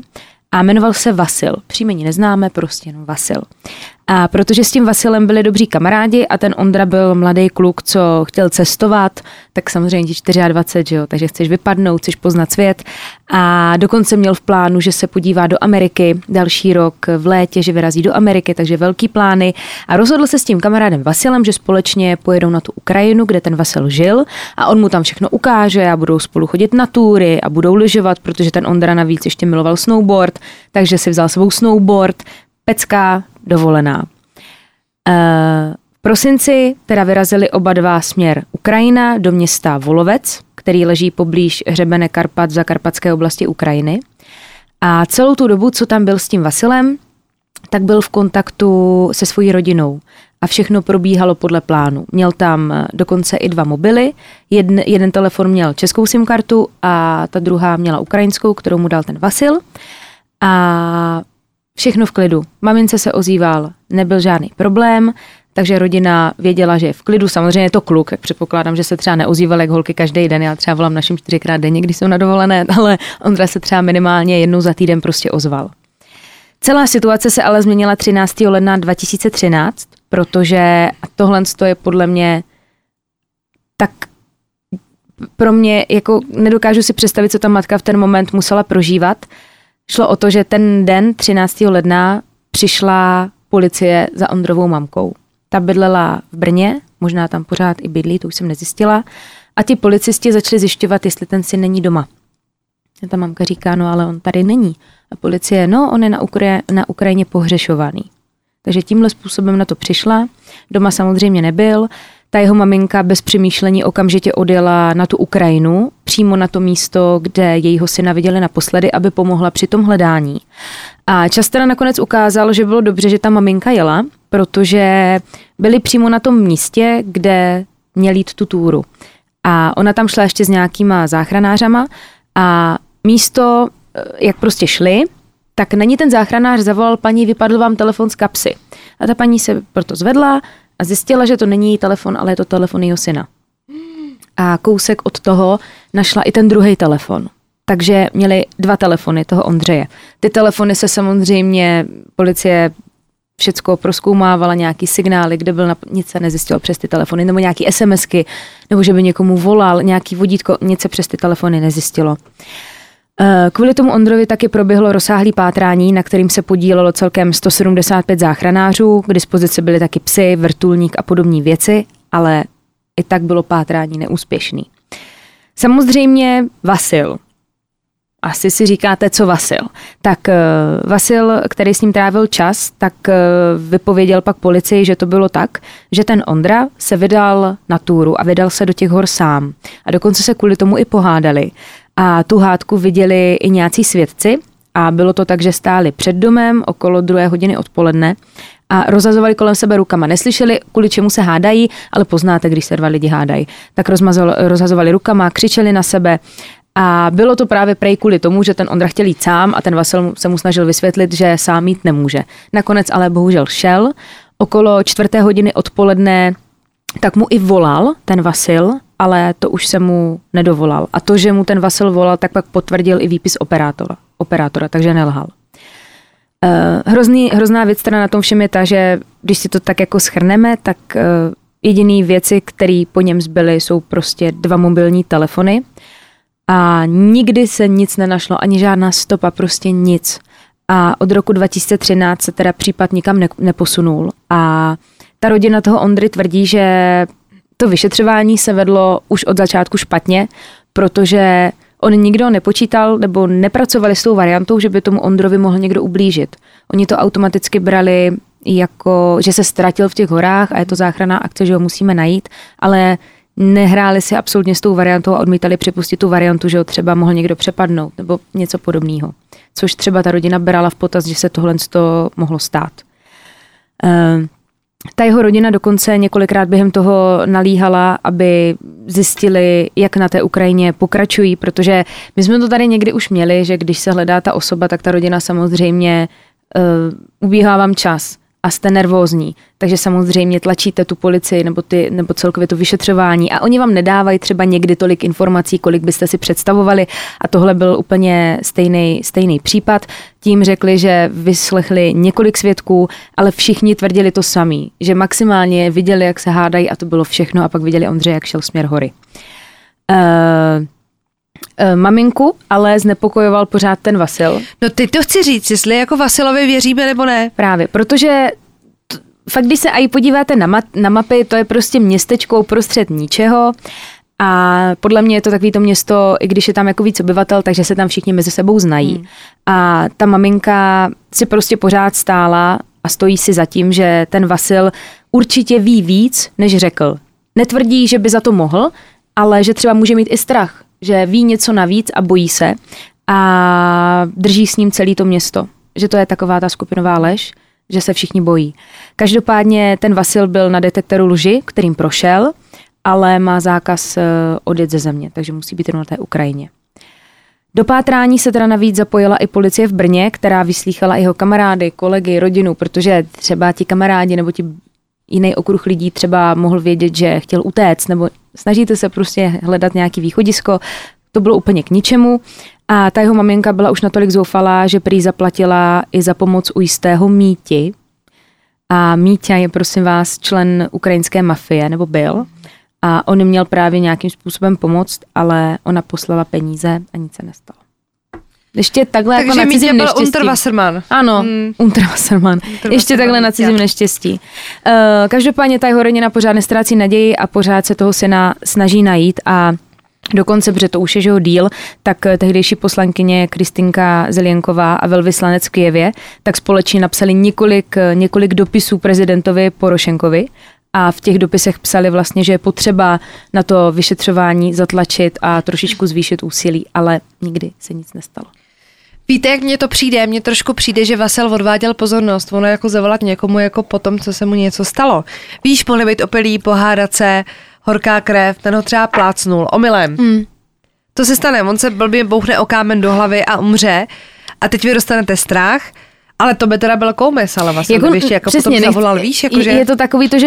a jmenoval se Vasil. Příjmení neznáme, prostě jenom Vasil. A protože s tím Vasilem byli dobří kamarádi a ten Ondra byl mladý kluk, co chtěl cestovat, tak samozřejmě ti dvacet čtyři, že jo, takže chceš vypadnout, chceš poznat svět a dokonce měl v plánu, že se podívá do Ameriky další rok v létě, že vyrazí do Ameriky, takže velký plány a rozhodl se s tím kamarádem Vasilem, že společně pojedou na tu Ukrajinu, kde ten Vasil žil a on mu tam všechno ukáže a budou spolu chodit na túry a budou lyžovat, protože ten Ondra navíc ještě miloval snowboard, takže si vzal svou snowboard, pecká, dovolená. V prosinci teda vyrazili oba dva směr Ukrajina do města Volovec, který leží poblíž hřebene Karpat v zakarpatské oblasti Ukrajiny. A celou tu dobu, co tam byl s tím Vasilem, tak byl v kontaktu se svojí rodinou a všechno probíhalo podle plánu. Měl tam dokonce i dva mobily, jeden, jeden telefon měl českou SIM kartu a ta druhá měla ukrajinskou, kterou mu dal ten Vasil. A všechno v klidu. Mamince se ozýval, nebyl žádný problém, takže rodina věděla, že je v klidu. Samozřejmě je to kluk, tak předpokládám, že se třeba neozýval jak holky každý den. Já třeba volám našim čtyřikrát denně, když jsou na dovolené, ale Ondra se třeba minimálně jednou za týden prostě ozval. Celá situace se ale změnila třináctého ledna dva tisíce třináct, protože tohle je podle mě tak pro mě, jako nedokážu si představit, co ta matka v ten moment musela prožívat. Šlo o to, že ten den třináctého ledna přišla policie za Ondrovou mamkou. Ta bydlela v Brně, možná tam pořád i bydlí, to už jsem nezjistila. A ti policisti začali zjišťovat, jestli ten syn není doma. A ta mamka říká, no ale on tady není. A policie, no on je na, Ukra- na Ukrajině pohřešovaný. Takže tímhle způsobem na to přišla. Doma samozřejmě nebyl. Ta jeho maminka bez přemýšlení okamžitě odjela na tu Ukrajinu, přímo na to místo, kde jejího syna viděli naposledy, aby pomohla při tom hledání. A čas teda nakonec ukázal, že bylo dobře, že ta maminka jela, protože byli přímo na tom místě, kde měl jít tu túru. A ona tam šla ještě s nějakýma záchranářama a místo, jak prostě šli, tak na ní ten záchranář zavolal paní, vypadl vám telefon z kapsy. A ta paní se proto zvedla a zjistila, že to není její telefon, ale je to telefon jejího syna. A kousek od toho našla i ten druhý telefon. Takže měli dva telefony toho Ondřeje. Ty telefony se samozřejmě policie všecko prozkoumávala, nějaký signály, kde byl, na, nic se nezjistilo přes ty telefony, nebo nějaký SMSky, nebo že by někomu volal, nějaký vodítko, nic se přes ty telefony nezjistilo. Kvůli tomu Ondrovi taky proběhlo rozsáhlý pátrání, na kterým se podílelo celkem sto sedmdesát pět záchranářů, k dispozici byly taky psy, vrtulník a podobné věci, ale i tak bylo pátrání neúspěšný. Samozřejmě Vasil. Asi si říkáte, co Vasil. Tak Vasil, který s ním trávil čas, tak vypověděl pak policii, že to bylo tak, že ten Ondra se vydal na túru a vydal se do těch hor sám. A dokonce se kvůli tomu i pohádali. A tu hádku viděli i nějací svědci a bylo to tak, že stáli před domem okolo druhé hodiny odpoledne a rozhazovali kolem sebe rukama. Neslyšeli, kvůli čemu se hádají, ale poznáte, když se dva lidi hádají. Tak rozhazovali rukama, křičeli na sebe a bylo to právě prej kvůli tomu, že ten Ondra chtěl jít sám a ten Vasil se mu snažil vysvětlit, že sám jít nemůže. Nakonec ale bohužel šel. Okolo čtvrté hodiny odpoledne tak mu i volal ten Vasil, ale to už se mu nedovolal. A to, že mu ten Vasil volal, tak pak potvrdil i výpis operátora, operátora takže nelhal. Uh, hrozný, hrozná věc teda na tom všem je ta, že když si to tak jako shrneme, tak uh, jediný věci, které po něm zbyly, jsou prostě dva mobilní telefony a nikdy se nic nenašlo, ani žádná stopa, prostě nic. A od roku dva tisíce třináct se teda případ nikam ne- neposunul a ta rodina toho Ondry tvrdí, že to vyšetřování se vedlo už od začátku špatně, protože on nikdo nepočítal nebo nepracovali s tou variantou, že by tomu Ondrovi mohl někdo ublížit. Oni to automaticky brali jako, že se ztratil v těch horách a je to záchranná akce, že ho musíme najít, ale nehráli si absolutně s tou variantou a odmítali připustit tu variantu, že ho třeba mohl někdo přepadnout nebo něco podobného. Což třeba ta rodina brala v potaz, že se tohle mohlo stát. Uh, Ta jeho rodina dokonce několikrát během toho nalíhala, aby zjistili, jak na té Ukrajině pokračují, protože my jsme to tady někdy už měli, že když se hledá ta osoba, tak ta rodina samozřejmě uh, ubíhá vám čas a jste nervózní, takže samozřejmě tlačíte tu policii nebo, ty, nebo celkově to vyšetřování a oni vám nedávají třeba někdy tolik informací, kolik byste si představovali a tohle byl úplně stejný, stejný případ. Tím řekli, že vyslechli několik svědků, ale všichni tvrdili to samý, že maximálně viděli, jak se hádají a to bylo všechno a pak viděli Ondřeje, jak šel směr hory. Uh, Maminku ale znepokojoval pořád ten Vasil. No teď to chci říct, jestli jako Vasilovi věříme nebo ne. Právě, protože t- fakt, když se i podíváte na, ma- na mapy, to je prostě městečko uprostřed ničeho a podle mě je to takový to město, i když je tam jako víc obyvatel, takže se tam všichni mezi sebou znají. Hmm. A ta maminka si prostě pořád stála a stojí si za tím, že ten Vasil určitě ví víc, než řekl. Netvrdí, že by za to mohl, ale že třeba může mít i strach, že ví něco navíc a bojí se a drží s ním celé to město. Že to je taková ta skupinová lež, že se všichni bojí. Každopádně ten Vasil byl na detektoru lži, kterým prošel, ale má zákaz odjet ze země, takže musí být na té Ukrajině. Do pátrání se teda navíc zapojila i policie v Brně, která vyslýchala jeho kamarády, kolegy, rodinu, protože třeba ti kamarádi nebo ti jiný okruh lidí třeba mohl vědět, že chtěl utéct, nebo snažíte se prostě hledat nějaký východisko. To bylo úplně k ničemu. A ta jeho maminka byla už natolik zoufalá, že prý zaplatila i za pomoc u jistého Míti. A Míťa je, prosím vás, člen ukrajinské mafie, nebo byl. A on měl právě nějakým způsobem pomoct, ale ona poslala peníze a nic se nestalo. Ještě takhle Takže jako na cizím neštěstí. Takže Unterwassermann. Ano, hmm. Unterwassermann. Ještě takhle na cizím neštěstí. Uh, každopádně ta jeho rodina pořád nestrácí naději a pořád se toho syna snaží najít a dokonce, protože to už je jeho díl, tak tehdejší poslankyně Kristýnka Zelienková a velvyslanec v Kyjevě tak společně napsali několik, několik dopisů prezidentovi Porošenkovi a v těch dopisech psali vlastně, že je potřeba na to vyšetřování zatlačit a trošičku zvýšit úsilí, ale nikdy se nic nestalo. Víte, jak mně to přijde? Mně trošku přijde, že Vasil odváděl pozornost. Ono jako zavolat někomu jako potom, co se mu něco stalo. Víš, mohli být opilí, pohádat se, horká krev, ten ho třeba plácnul omylem. Hmm. To se stane, on se blbě bouchne o kámen do hlavy a umře a teď vy dostanete strach. Ale to by teda byl koumys, ale vlastně jako, ještě jako přesně, potom zavolal, nechci, víš? Jako, je, že... je to takový to, že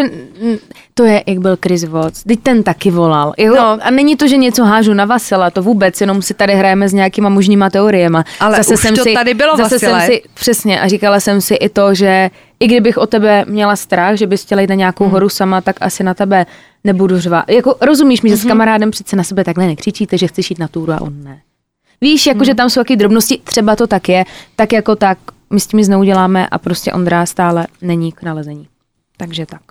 to je, jak byl Chris Watts, teď ten taky volal. Jako, no. A není to, že něco hážu na Vasila, to vůbec, jenom si tady hrajeme s nějakýma možnýma teoriema. Ale zase už jsem to si, tady bylo, zase Vasile. Jsem si, přesně, a říkala jsem si i to, že i kdybych o tebe měla strach, že bys chtěla jít na nějakou hmm. horu sama, tak asi na tebe nebudu řvát. Jako, rozumíš mi, že mm-hmm. s kamarádem přece na sebe takhle nekřičíte, že chceš jít na túru a on ne. Víš, jako, hmm. že tam jsou taky drobnosti, třeba to tak je, tak jako tak. My s tím nic neuděláme a prostě Ondra stále není k nalezení. Takže tak.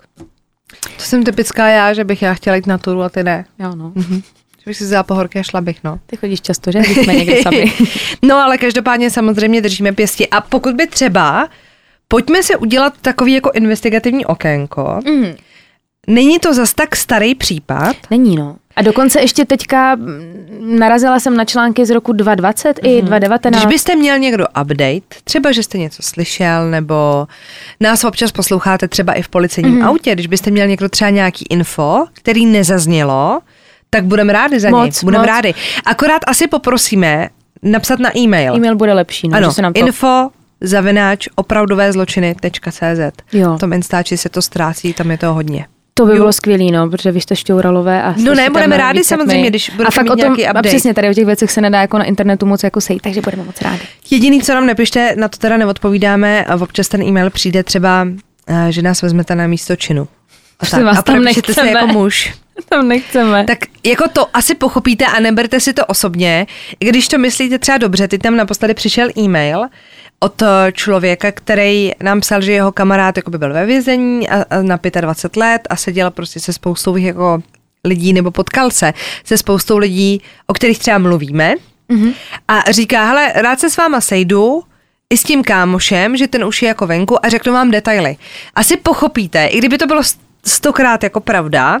To jsem typická já, že bych já chtěla jít na turu a ty ne. Jo, no. Mhm. Že bych si vzala pohorky a šla bych, no. Ty chodíš často, že? Když jsme někde sami. No, ale každopádně samozřejmě držíme pěsti. A pokud by třeba, pojďme si udělat takový jako investigativní okénko. Mm. Není to zas tak starý případ? Není, no. A dokonce ještě teďka narazila jsem na články z roku dva tisíce dvacet mm. i dva tisíce devatenáct. Když byste měl někdo update, třeba, že jste něco slyšel, nebo nás občas posloucháte třeba i v policejním mm. autě, když byste měl někdo třeba nějaký info, který nezaznělo, tak budeme rádi za něj. Budeme rádi. Akorát asi poprosíme napsat na e-mail. E-mail bude lepší. No, ano, že se nám to... info zavináč opravdové zločiny tečka cé zet. V tom Instači se to ztrácí, tam je to hodně. To by jo. bylo skvělý, no, protože vy jste šťouralové a no ne, budeme rádi samozřejmě, když budeme mít o tom, nějaký update. A přesně, tady o těch věcech se nedá jako na internetu moc jako sejít, takže budeme moc rádi. Jediný, co nám nepište, na to teda neodpovídáme a občas ten e-mail přijde třeba, že nás vezmete na místo činu. A, tak, vás a tam nechceme. se jako muž. Tam nechceme. Tak jako to asi pochopíte a neberte si to osobně, i když to myslíte třeba dobře, teď tam naposledy přišel e-mail od člověka, který nám psal, že jeho kamarád jako by byl ve vězení a, a na dvacet pět let a seděl prostě se spoustou jako lidí nebo potkal se se spoustou lidí, o kterých třeba mluvíme mm-hmm. a říká, hele, rád se s váma sejdu i s tím kámošem, že ten už je jako venku a řeknu vám detaily. Asi pochopíte, i kdyby to bylo stokrát jako pravda,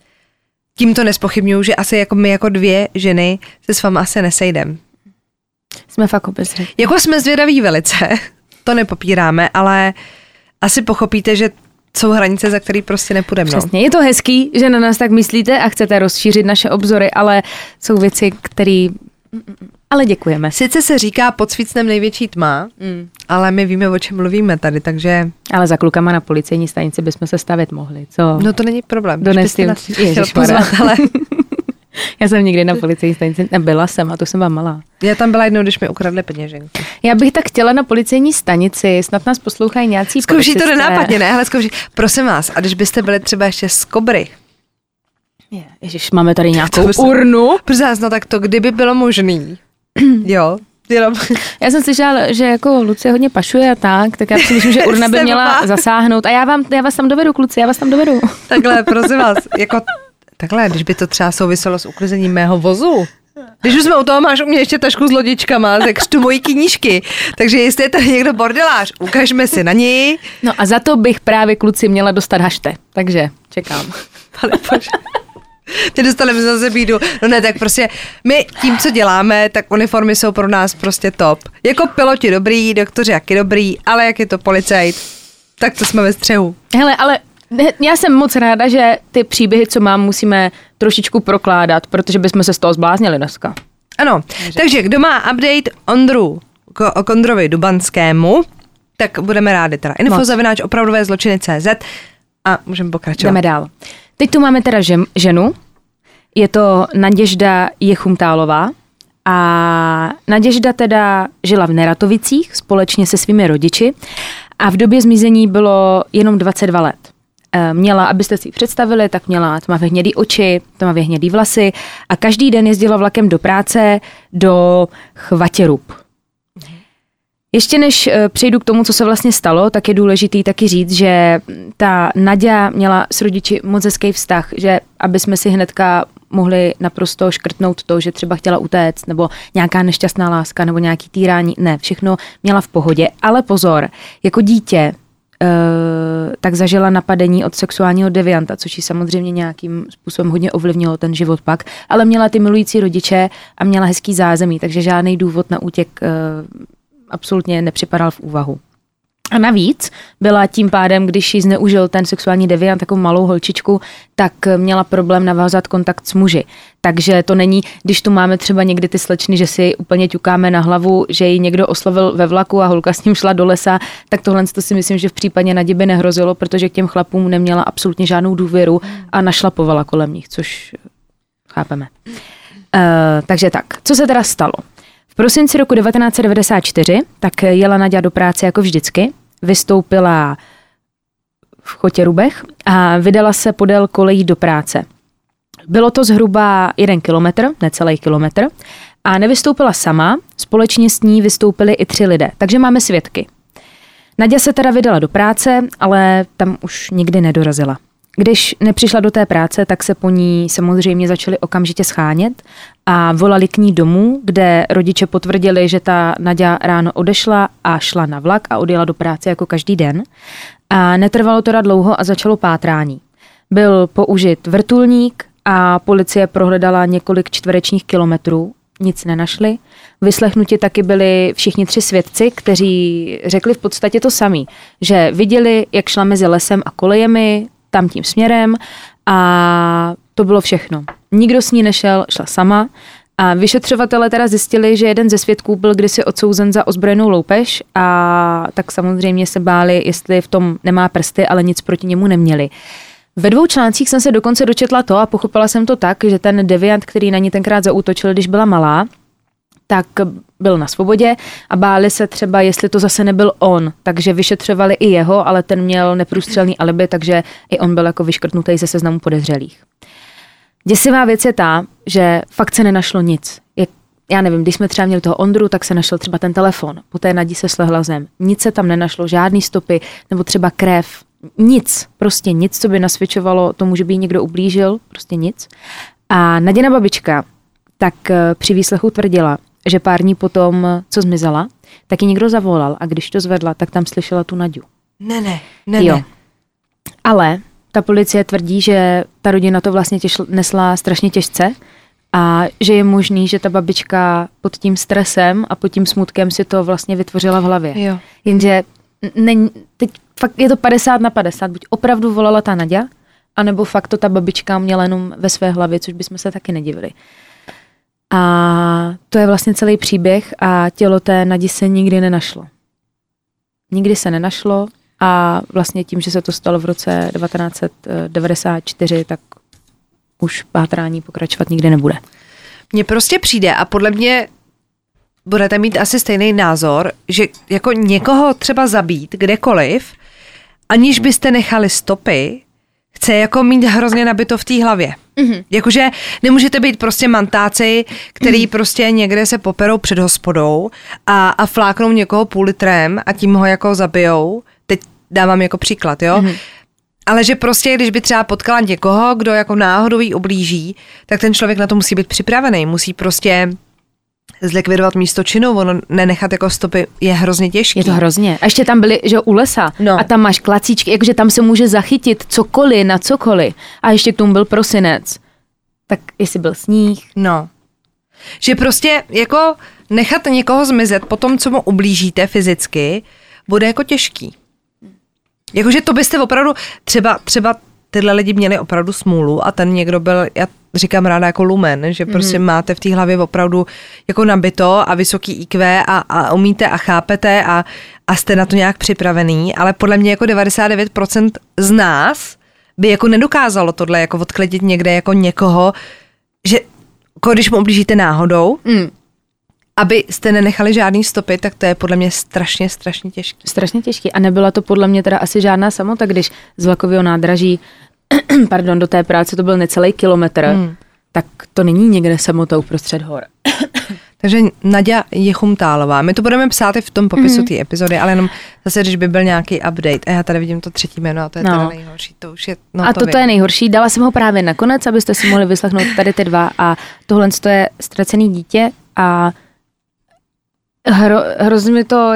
tím to nespochybňuju, že asi jako my jako dvě ženy se s vámi asi nesejdem. Jsme fakt obezřetní. Jako jsme zvědaví velice, to nepopíráme, ale asi pochopíte, že jsou hranice, za který prostě nepůjdeme. Přesně, je to hezký, že na nás tak myslíte a chcete rozšířit naše obzory, ale jsou věci, které Ale děkujeme. Sice se říká pod svícnem největší tma, mm. ale my víme, o čem mluvíme tady, takže... Ale za klukama na policejní stanici bychom se stavit mohli, co? No to není problém. Donesti, ježišmarja. Ale... Já jsem nikdy na policejní stanici nebyla jsem a to jsem byla malá. Já tam byla jednou, když mi ukradli peněženku. Já bych tak chtěla na policejní stanici, snad nás poslouchají nějací policisté. Zkouší to nenápadně, ne? Ale zkouší. Prosím vás, a když byste byli třeba ještě z Kobry? Je, ježiš, máme tady nějakou to urnu. Prosím vás, no tak to kdyby bylo možný. Jo. Jenom. Já jsem slyšela, že jako Lucie hodně pašuje a tak, tak já si myslím, že urna by měla zasáhnout. A já, vám, já vás tam dovedu, kluci, já vás tam dovedu. Takhle, prosím vás, jako takhle, když by to třeba souviselo s uklizením mého vozu. Když už jsme u toho, máš u mě ještě tašku s lodičkama, tak čtu mojí knížky. Takže jestli je tady někdo bordelář, ukažme si na ní. No a za to bych právě kluci měla dostat hašte, takže čekám. Ale bože. Ty dostali zase bídu. No ne, tak prostě my tím, co děláme, tak uniformy jsou pro nás prostě top. Jako piloti dobrý, doktoři jaký dobrý, ale jak je to policajt, tak to jsme ve střehu. Hele, ale já jsem moc ráda, že ty příběhy, co mám, musíme trošičku prokládat, protože bychom se z toho zbláznili dneska. Ano, takže, takže kdo má update Ondru o Kondrovi Dubanskému, tak budeme rádi teda. Info zavináč opravdové zločiny tečka cé zet a můžeme pokračovat. Jdeme dál. Teď tu máme teda žen, ženu, je to Naděžda Jechumtálová a Naděžda teda žila v Neratovicích společně se svými rodiči a v době zmizení bylo jenom dvacet dva let. Měla, abyste si ji představili, tak měla tmavě hnědý oči, tmavě hnědý vlasy a každý den jezdila vlakem do práce do Chvatěrup. Ještě než přejdu k tomu, co se vlastně stalo, tak je důležitý taky říct, že ta Naďa měla s rodiči moc hezký vztah, že aby jsme si hnedka mohli naprosto škrtnout to, že třeba chtěla utéct, nebo nějaká nešťastná láska, nebo nějaký týrání. Ne, všechno měla v pohodě. Ale pozor, jako dítě tak zažila napadení od sexuálního devianta, což ji samozřejmě nějakým způsobem hodně ovlivnilo ten život pak, ale měla ty milující rodiče a měla hezký zázemí, takže žádný důvod na útěk absolutně nepřipadal v úvahu. A navíc byla tím pádem, když ji zneužil ten sexuální deviant, takovou malou holčičku, tak měla problém navázat kontakt s muži. Takže to není, když tu máme třeba někdy ty slečny, že si úplně ťukáme na hlavu, že ji někdo oslovil ve vlaku a holka s ním šla do lesa, tak tohle to si myslím, že v případě Nadi by nehrozilo, protože k těm chlapům neměla absolutně žádnou důvěru a našlapovala kolem nich, což chápeme. Uh, takže tak, co se teda stalo? V prosinci roku devatenáct set devadesát čtyři tak jela Naďa do práce jako vždycky, vystoupila v Chotěrubech a vydala se podél kolejí do práce. Bylo to zhruba jeden kilometr, necelý kilometr a nevystoupila sama, společně s ní vystoupili i tři lidé, takže máme svědky. Naďa se teda vydala do práce, ale tam už nikdy nedorazila. Když nepřišla do té práce, tak se po ní samozřejmě začali okamžitě schánět a volali k ní domů, kde rodiče potvrdili, že ta Naďa ráno odešla a šla na vlak a odjela do práce jako každý den. A netrvalo teda dlouho a začalo pátrání. Byl použit vrtulník a policie prohledala několik čtverečních kilometrů, nic nenašli. Vyslechnuti taky byli všichni tři svědci, kteří řekli v podstatě to samé, že viděli, jak šla mezi lesem a kolejemi, tam tím směrem a to bylo všechno. Nikdo s ní nešel, šla sama a vyšetřovatelé teda zjistili, že jeden ze svědků byl kdysi odsouzen za ozbrojenou loupež a tak samozřejmě se báli, jestli v tom nemá prsty, ale nic proti němu neměli. Ve dvou článcích jsem se dokonce dočetla to a pochopila jsem to tak, že ten deviant, který na ní tenkrát zaútočil, když byla malá, tak byl na svobodě a báli se třeba, jestli to zase nebyl on, takže vyšetřovali i jeho, ale ten měl neprůstřelný alibi, takže i on byl jako vyškrtnutý ze seznamu podezřelých. Děsivá věc je ta, že fakt se nenašlo nic. Jak, já nevím, když jsme třeba měli toho Ondru, tak se našel třeba ten telefon, po té Nadi se slehla zem. Nic se tam nenašlo, žádný stopy, nebo třeba krev, nic, prostě nic, co by nasvědčovalo tomu, že by jí někdo ublížil, prostě nic. A Naděna babička tak při výslechu tvrdila, že pár dní potom, co zmizela, tak ji někdo zavolal a když to zvedla, tak tam slyšela tu Naďu. Ne, ne, ne, jo. ne. Ale ta policie tvrdí, že ta rodina to vlastně těž, nesla strašně těžce a že je možný, že ta babička pod tím stresem a pod tím smutkem si to vlastně vytvořila v hlavě. Jo. Jenže není, teď fakt je to padesát na padesát, buď opravdu volala ta Naďa, anebo fakt to ta babička měla jenom ve své hlavě, což bychom se taky nedivili. A to je vlastně celý příběh a tělo té Nadi se nikdy nenašlo. Nikdy se nenašlo a vlastně tím, že se to stalo v roce devatenáct set devadesát čtyři, tak už pátrání pokračovat nikdy nebude. Mně prostě přijde a podle mě budete mít asi stejný názor, že jako někoho třeba zabít kdekoliv, aniž byste nechali stopy, chce jako mít hrozně nabito v té hlavě. Mm-hmm. Jakože nemůžete být prostě mantáci, který mm-hmm. prostě někde se poperou před hospodou a, a fláknou někoho půl litrem a tím ho jako zabijou. Teď dávám jako příklad, jo? Mm-hmm. Ale že prostě, když by třeba potkala někoho, kdo jako náhodou jí ublíží, tak ten člověk na to musí být připravený. Musí prostě zlikvidovat místo činu, ono nenechat jako stopy je hrozně těžké. Je to hrozně. A ještě tam byly, že u lesa no. a tam máš klacíčky, jakože tam se může zachytit cokoliv na cokoliv. A ještě k tomu byl prosinec. Tak jestli byl sníh. No. Že prostě jako nechat někoho zmizet po tom, co mu ublížíte fyzicky, bude jako těžký. Jakože to byste opravdu, třeba, třeba tyhle lidi měli opravdu smůlu a ten někdo byl, já říkám ráda jako lumen, že prostě mm-hmm. máte v té hlavě opravdu jako nabito a vysoký í kvé a, a umíte a chápete a, a jste na to nějak připravený, ale podle mě jako devadesát devět procent z nás by jako nedokázalo tohle jako odklidit někde jako někoho, že když mu ublížíte náhodou, mm. aby jste nenechali žádný stopy, tak to je podle mě strašně, strašně těžký. Strašně těžký. A nebyla to podle mě teda asi žádná samota, když z vlakového nádraží pardon, do té práce to byl necelý kilometr, hmm. tak to není někde samotou uprostřed hor. Takže Naďa Jechumtálová. My to budeme psát i v tom popisu mm. té epizody, ale jenom zase, když by byl nějaký update. A já tady vidím to třetí jméno a to je no. teda nejhorší. To už je, no a to, to je nejhorší. Dala jsem ho právě nakonec, abyste si mohli vyslechnout tady ty dva a tohle je ztracený dítě a hro, hrozně mi to,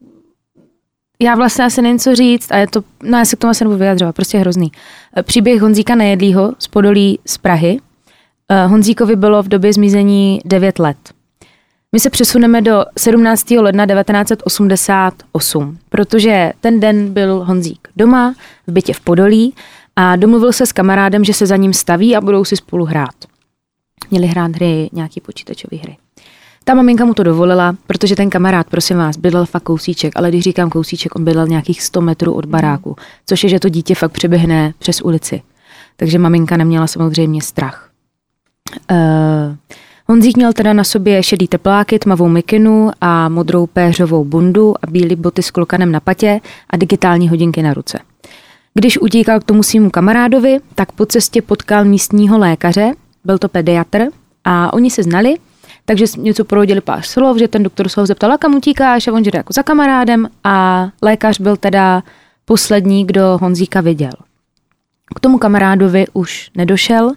já vlastně asi nevím, co říct a je to, no já se k tomu asi nebudu vyjadřovat, prostě hrozný. Příběh Honzíka Nejedlýho z Podolí z Prahy. Honzíkovi bylo v době zmizení devět let. My se přesuneme do sedmnáctého ledna devatenáct set osmdesát osm, protože ten den byl Honzík doma v bytě v Podolí a domluvil se s kamarádem, že se za ním staví a budou si spolu hrát. Měli hrát hry, nějaký počítačové hry. Ta maminka mu to dovolila, protože ten kamarád, prosím vás, bydlel fakt kousíček, ale když říkám kousíček, on bydlel nějakých sto metrů od baráku, což je, že to dítě fakt přeběhne přes ulici. Takže maminka neměla samozřejmě strach. Uh, Honzík měl teda na sobě šedý tepláky, tmavou mikinu a modrou péřovou bundu a bílé boty s klokanem na patě a digitální hodinky na ruce. Když utíkal k tomu svýmu kamarádovi, tak po cestě potkal místního lékaře, byl to pediatr a oni se znali, takže něco prohodili pár slov, že ten doktor se ho zeptal, kam utíkáš a on jde jako za kamarádem a lékař byl teda poslední, kdo Honzíka viděl. K tomu kamarádovi už nedošel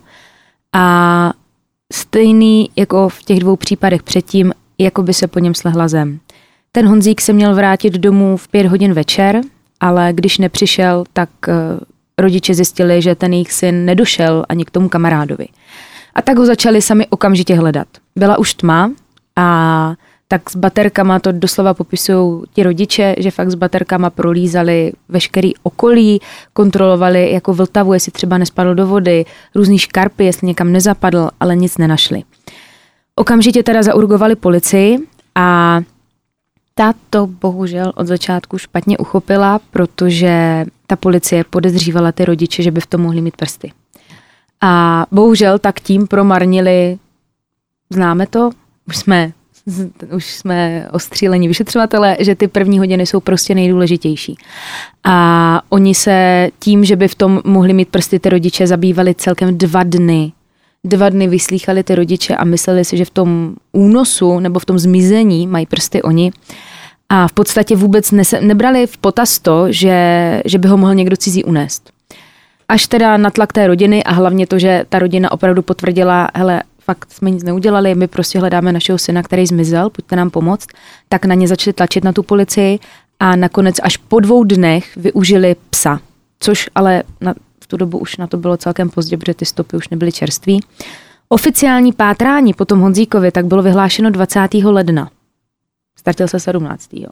a stejný jako v těch dvou případech předtím, jako by se po něm slehla zem. Ten Honzík se měl vrátit domů v pět hodin večer, ale když nepřišel, tak rodiče zjistili, že ten jejich syn nedošel ani k tomu kamarádovi. A tak ho začali sami okamžitě hledat. Byla už tma a tak s baterkama, to doslova popisují ti rodiče, že fakt s baterkama prolízali veškerý okolí, kontrolovali jako Vltavu, jestli třeba nespadl do vody, různý škarpy, jestli někam nezapadl, ale nic nenašli. Okamžitě teda zaurgovali policii a ta to bohužel od začátku špatně uchopila, protože ta policie podezřívala ty rodiče, že by v tom mohli mít prsty. A bohužel tak tím promarnili, známe to, už jsme, už jsme ostřílení vyšetřovatele, že ty první hodiny jsou prostě nejdůležitější. A oni se tím, že by v tom mohli mít prsty ty rodiče, zabývali celkem dva dny. Dva dny vyslýchali ty rodiče a mysleli si, že v tom únosu nebo v tom zmizení mají prsty oni. A v podstatě vůbec nese, nebrali v potaz to, že, že by ho mohl někdo cizí unést. Až teda na tlak té rodiny a hlavně to, že ta rodina opravdu potvrdila, hele, fakt jsme nic neudělali, my prostě hledáme našeho syna, který zmizel, pojďte nám pomoct, tak na ně začali tlačit na tu policii a nakonec až po dvou dnech využili psa, což ale na, v tu dobu už na to bylo celkem pozdě, protože ty stopy už nebyly čerství. Oficiální pátrání po tom Honzíkovi tak bylo vyhlášeno dvacátého ledna. Startil se sedmnáctého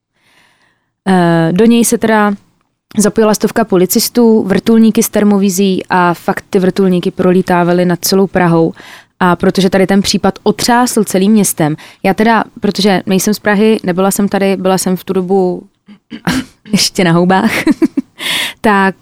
Do něj se teda zapojila stovka policistů, vrtulníky s termovizí a fakt ty vrtulníky prolítávaly nad celou Prahou A protože tady ten případ otřásl celým městem, já teda, protože nejsem z Prahy, nebyla jsem tady, byla jsem v tu dobu ještě na houbách, tak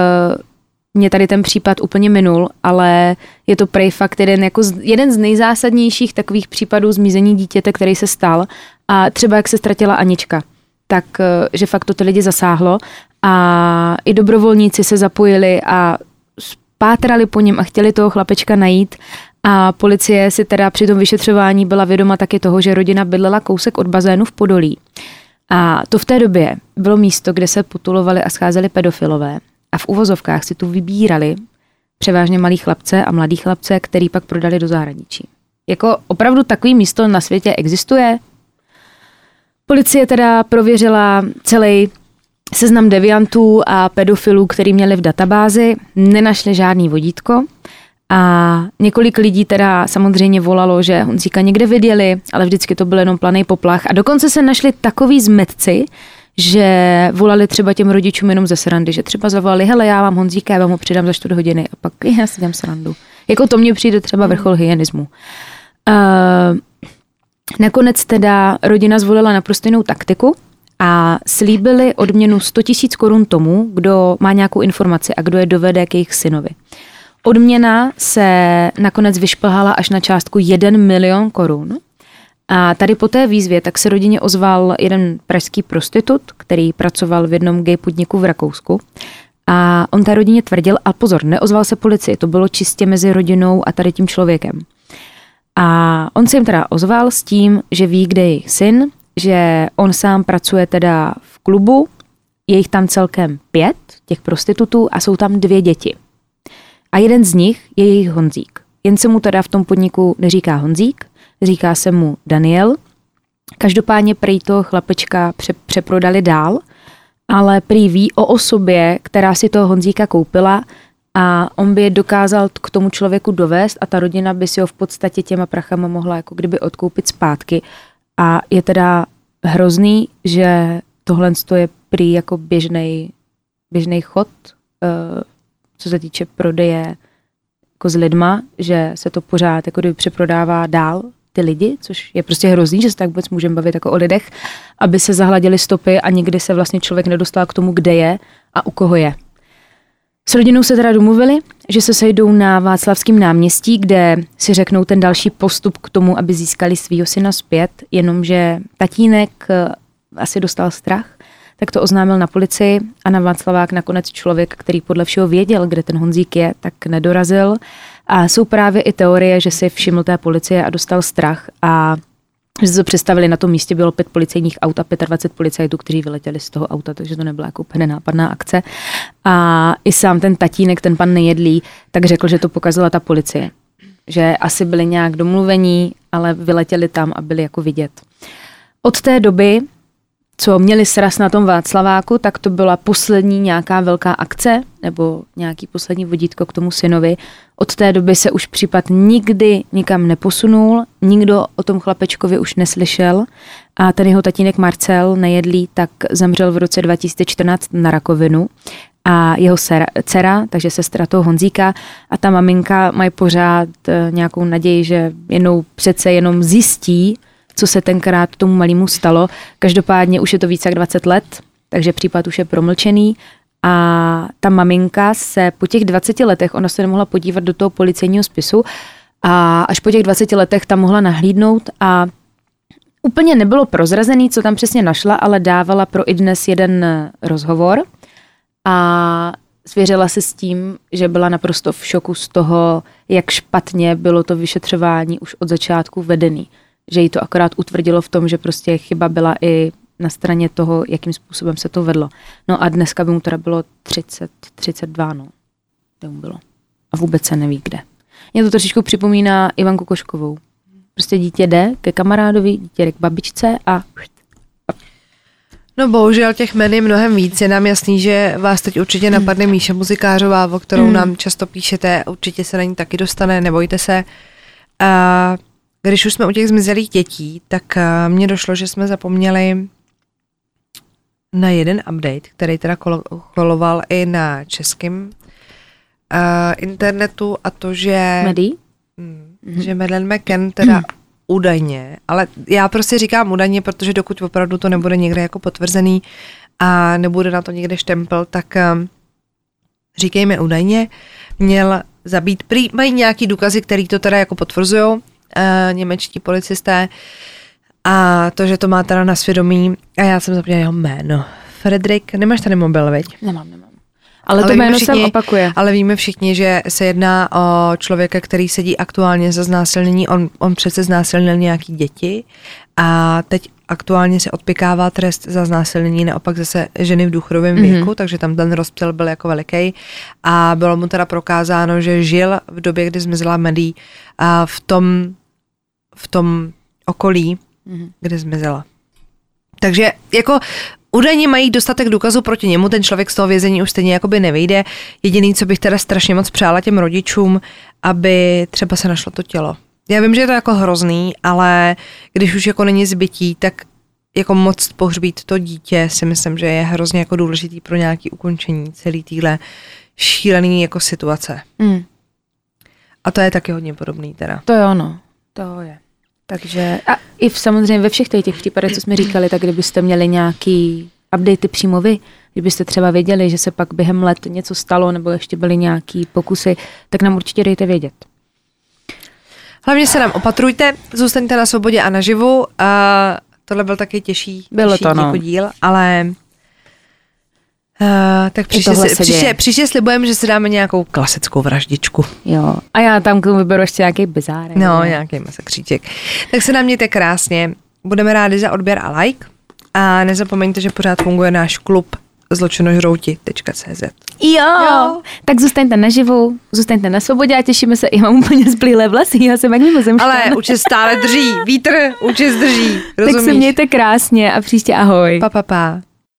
mě tady ten případ úplně minul, ale je to prej fakt jeden, jako z, jeden z nejzásadnějších takových případů zmizení dítěte, který se stal. A třeba jak se ztratila Anička, tak že fakt to ty lidi zasáhlo a i dobrovolníci se zapojili a pátrali po něm a chtěli toho chlapečka najít. A policie si teda při tom vyšetřování byla vědoma taky toho, že rodina bydlela kousek od bazénu v Podolí. A to v té době bylo místo, kde se potulovali a scházeli pedofilové. A v uvozovkách si tu vybírali převážně malí chlapce a mladí chlapce, který pak prodali do zahraničí. Jako opravdu takový místo na světě existuje? Policie teda prověřila celý seznam deviantů a pedofilů, který měli v databázi, nenašli žádný vodítko a několik lidí teda samozřejmě volalo, že Honzíka někde viděli, ale vždycky to byl jenom planý poplach a dokonce se našli takový zmetci, že volali třeba těm rodičům jenom ze srandy, že třeba zavolali, hele, já mám Honzíka, já vám ho přidám za čtvrt hodiny a pak já si dělám srandu. Jako to mně přijde třeba vrchol hyenismu. Uh, nakonec teda rodina zvolila naprosto jinou taktiku a slíbili odměnu sto tisíc korun tomu, kdo má nějakou informaci a kdo je dovede k jejich synovi. Odměna se nakonec vyšplhala až na částku jeden milion korun. A tady po té výzvě tak se rodině ozval jeden pražský prostitut, který pracoval v jednom gay podniku v Rakousku. A on té rodině tvrdil, a pozor, neozval se policii, to bylo čistě mezi rodinou a tady tím člověkem. A on se jim teda ozval s tím, že ví, kde je jejich syn, že on sám pracuje teda v klubu, je jich tam celkem pět, těch prostitutů, a jsou tam dvě děti. A jeden z nich je jejich Honzík. Jen se mu teda v tom podniku neříká Honzík, říká se mu Daniel. Každopádně prý toho chlapečka pře- přeprodali dál, ale prý ví o osobě, která si toho Honzíka koupila a on by je dokázal k tomu člověku dovést a ta rodina by si ho v podstatě těma prachama mohla jako kdyby odkoupit zpátky. A je teda hrozný, že tohle je prý jako běžnej, běžnej chod, co se týče prodeje jako s lidma, že se to pořád jako kdyby přeprodává dál ty lidi, což je prostě hrozný, že se tak vůbec můžeme bavit jako o lidech, aby se zahladily stopy a nikdy se vlastně člověk nedostal k tomu, kde je a u koho je. S rodinou se teda domluvili, že se sejdou na Václavském náměstí, kde si řeknou ten další postup k tomu, aby získali svýho syna zpět, jenomže tatínek asi dostal strach, tak to oznámil na policii a na Václavák nakonec člověk, který podle všeho věděl, kde ten Honzík je, tak nedorazil. A jsou právě i teorie, že si všiml té policie a dostal strach a že se to představili, na tom místě bylo pět policejních aut a dvacet pět policajtů, kteří vyletěli z toho auta, takže to nebyla jako úplně nápadná akce. A i sám ten tatínek, ten pan Nejedlý, tak řekl, že to pokazila ta policie. Že asi byli nějak domluvení, ale vyletěli tam a byli jako vidět. Od té doby, co měli sraz na tom Václaváku, tak to byla poslední nějaká velká akce nebo nějaký poslední vodítko k tomu synovi. Od té doby se už případ nikdy nikam neposunul, nikdo o tom chlapečkovi už neslyšel a ten jeho tatínek Marcel Nejedlý tak zemřel v roce dva tisíce čtrnáct na rakovinu a jeho dcera, takže sestra toho Honzíka a ta maminka mají pořád nějakou naději, že jednou přece jenom zjistí, co se tenkrát tomu malému stalo. Každopádně už je to více jak dvacet let, takže případ už je promlčený a ta maminka se po těch dvaceti letech, ona se nemohla podívat do toho policejního spisu a až po těch dvaceti letech tam mohla nahlídnout a úplně nebylo prozrazený, co tam přesně našla, ale dávala pro iDnes jeden rozhovor a svěřila se s tím, že byla naprosto v šoku z toho, jak špatně bylo to vyšetřování už od začátku vedený. Že jí to akorát utvrdilo v tom, že prostě chyba byla i na straně toho, jakým způsobem se to vedlo. No a dneska by mu teda bylo třicet, třicet dva, no. To mu bylo. A vůbec se neví kde. Mě to trošičku připomíná Ivanku Koškovou. Prostě dítě jde ke kamarádovi, dítě jde k babičce a... No bohužel těch jmen je mnohem víc. Je nám jasný, že vás teď určitě napadne Míša Muzikářová, o kterou mm. nám často píšete. Určitě se na ní taky dostane, nebojte se. A když už jsme u těch zmizelých dětí, tak mně došlo, že jsme zapomněli na jeden update, který teda koloval i na českém uh, internetu a to, že... Médií? Hmm, mm-hmm. že Madeleine McCann teda údajně, ale já prostě říkám údajně, protože dokud opravdu to nebude někde jako potvrzený a nebude na to někde štempel, tak um, říkejme údajně, měl zabít, prý, mají nějaký důkazy, který to teda jako potvrzujou, uh, němečtí policisté, a to, že to má teda na svědomí, a já jsem zapomněla jeho jméno. Fredrik, nemáš tady mobil, veď? Nemám, nemám. Ale, ale to jméno se opakuje. Ale víme všichni, že se jedná o člověka, který sedí aktuálně za znásilnění. On, on přece znásilnil nějaký děti a teď aktuálně se odpikává trest za znásilnění naopak zase ženy v důchodovém mm-hmm. věku, takže tam ten rozptyl byl jako veliký. A bylo mu teda prokázáno, že žil v době, kdy zmizela médií a v tom, v tom okolí, mm-hmm. kde zmizela. Takže jako údajně mají dostatek důkazů proti němu, ten člověk z toho vězení už stejně jakoby nevyjde. Jediný, co bych teda strašně moc přála těm rodičům, aby třeba se našlo to tělo. Já vím, že je to jako hrozný, ale když už jako není zbytí, tak jako moc pohřbít to dítě si myslím, že je hrozně jako důležitý pro nějaké ukončení celý týhle šílený jako situace. Mm. A to je taky hodně podobný teda. To je ono, to je. Takže a i v, samozřejmě ve všech těch případech, co jsme říkali, tak kdybyste měli nějaký updaty přímo vy, kdybyste třeba věděli, že se pak během let něco stalo nebo ještě byly nějaký pokusy, tak nám určitě dejte vědět. Hlavně se nám opatrujte, zůstaňte na svobodě a naživu. A tohle byl taky těžší, Bylo těžší to, no. jako díl, ale uh, tak příště, si, příště, příště slibujeme, že si dáme nějakou klasickou vraždičku. Jo, a já tam k tomu vyberu ještě nějaký bizárek. No, ne? Nějaký masakříček. Tak se nám mějte krásně. Budeme rádi za odběr a like. A nezapomeňte, že pořád funguje náš klub zločinožrouti tečka cé zet. Jo. jo, tak zůstaňte naživu, zůstaňte na svobodě a těšíme se, já mám úplně zplýlé vlasy, já jsem jak mimozemšťan. Ale už stále drží, vítr už drží, rozumíš? Tak se mějte krásně a příště ahoj. Pa, pa, pa.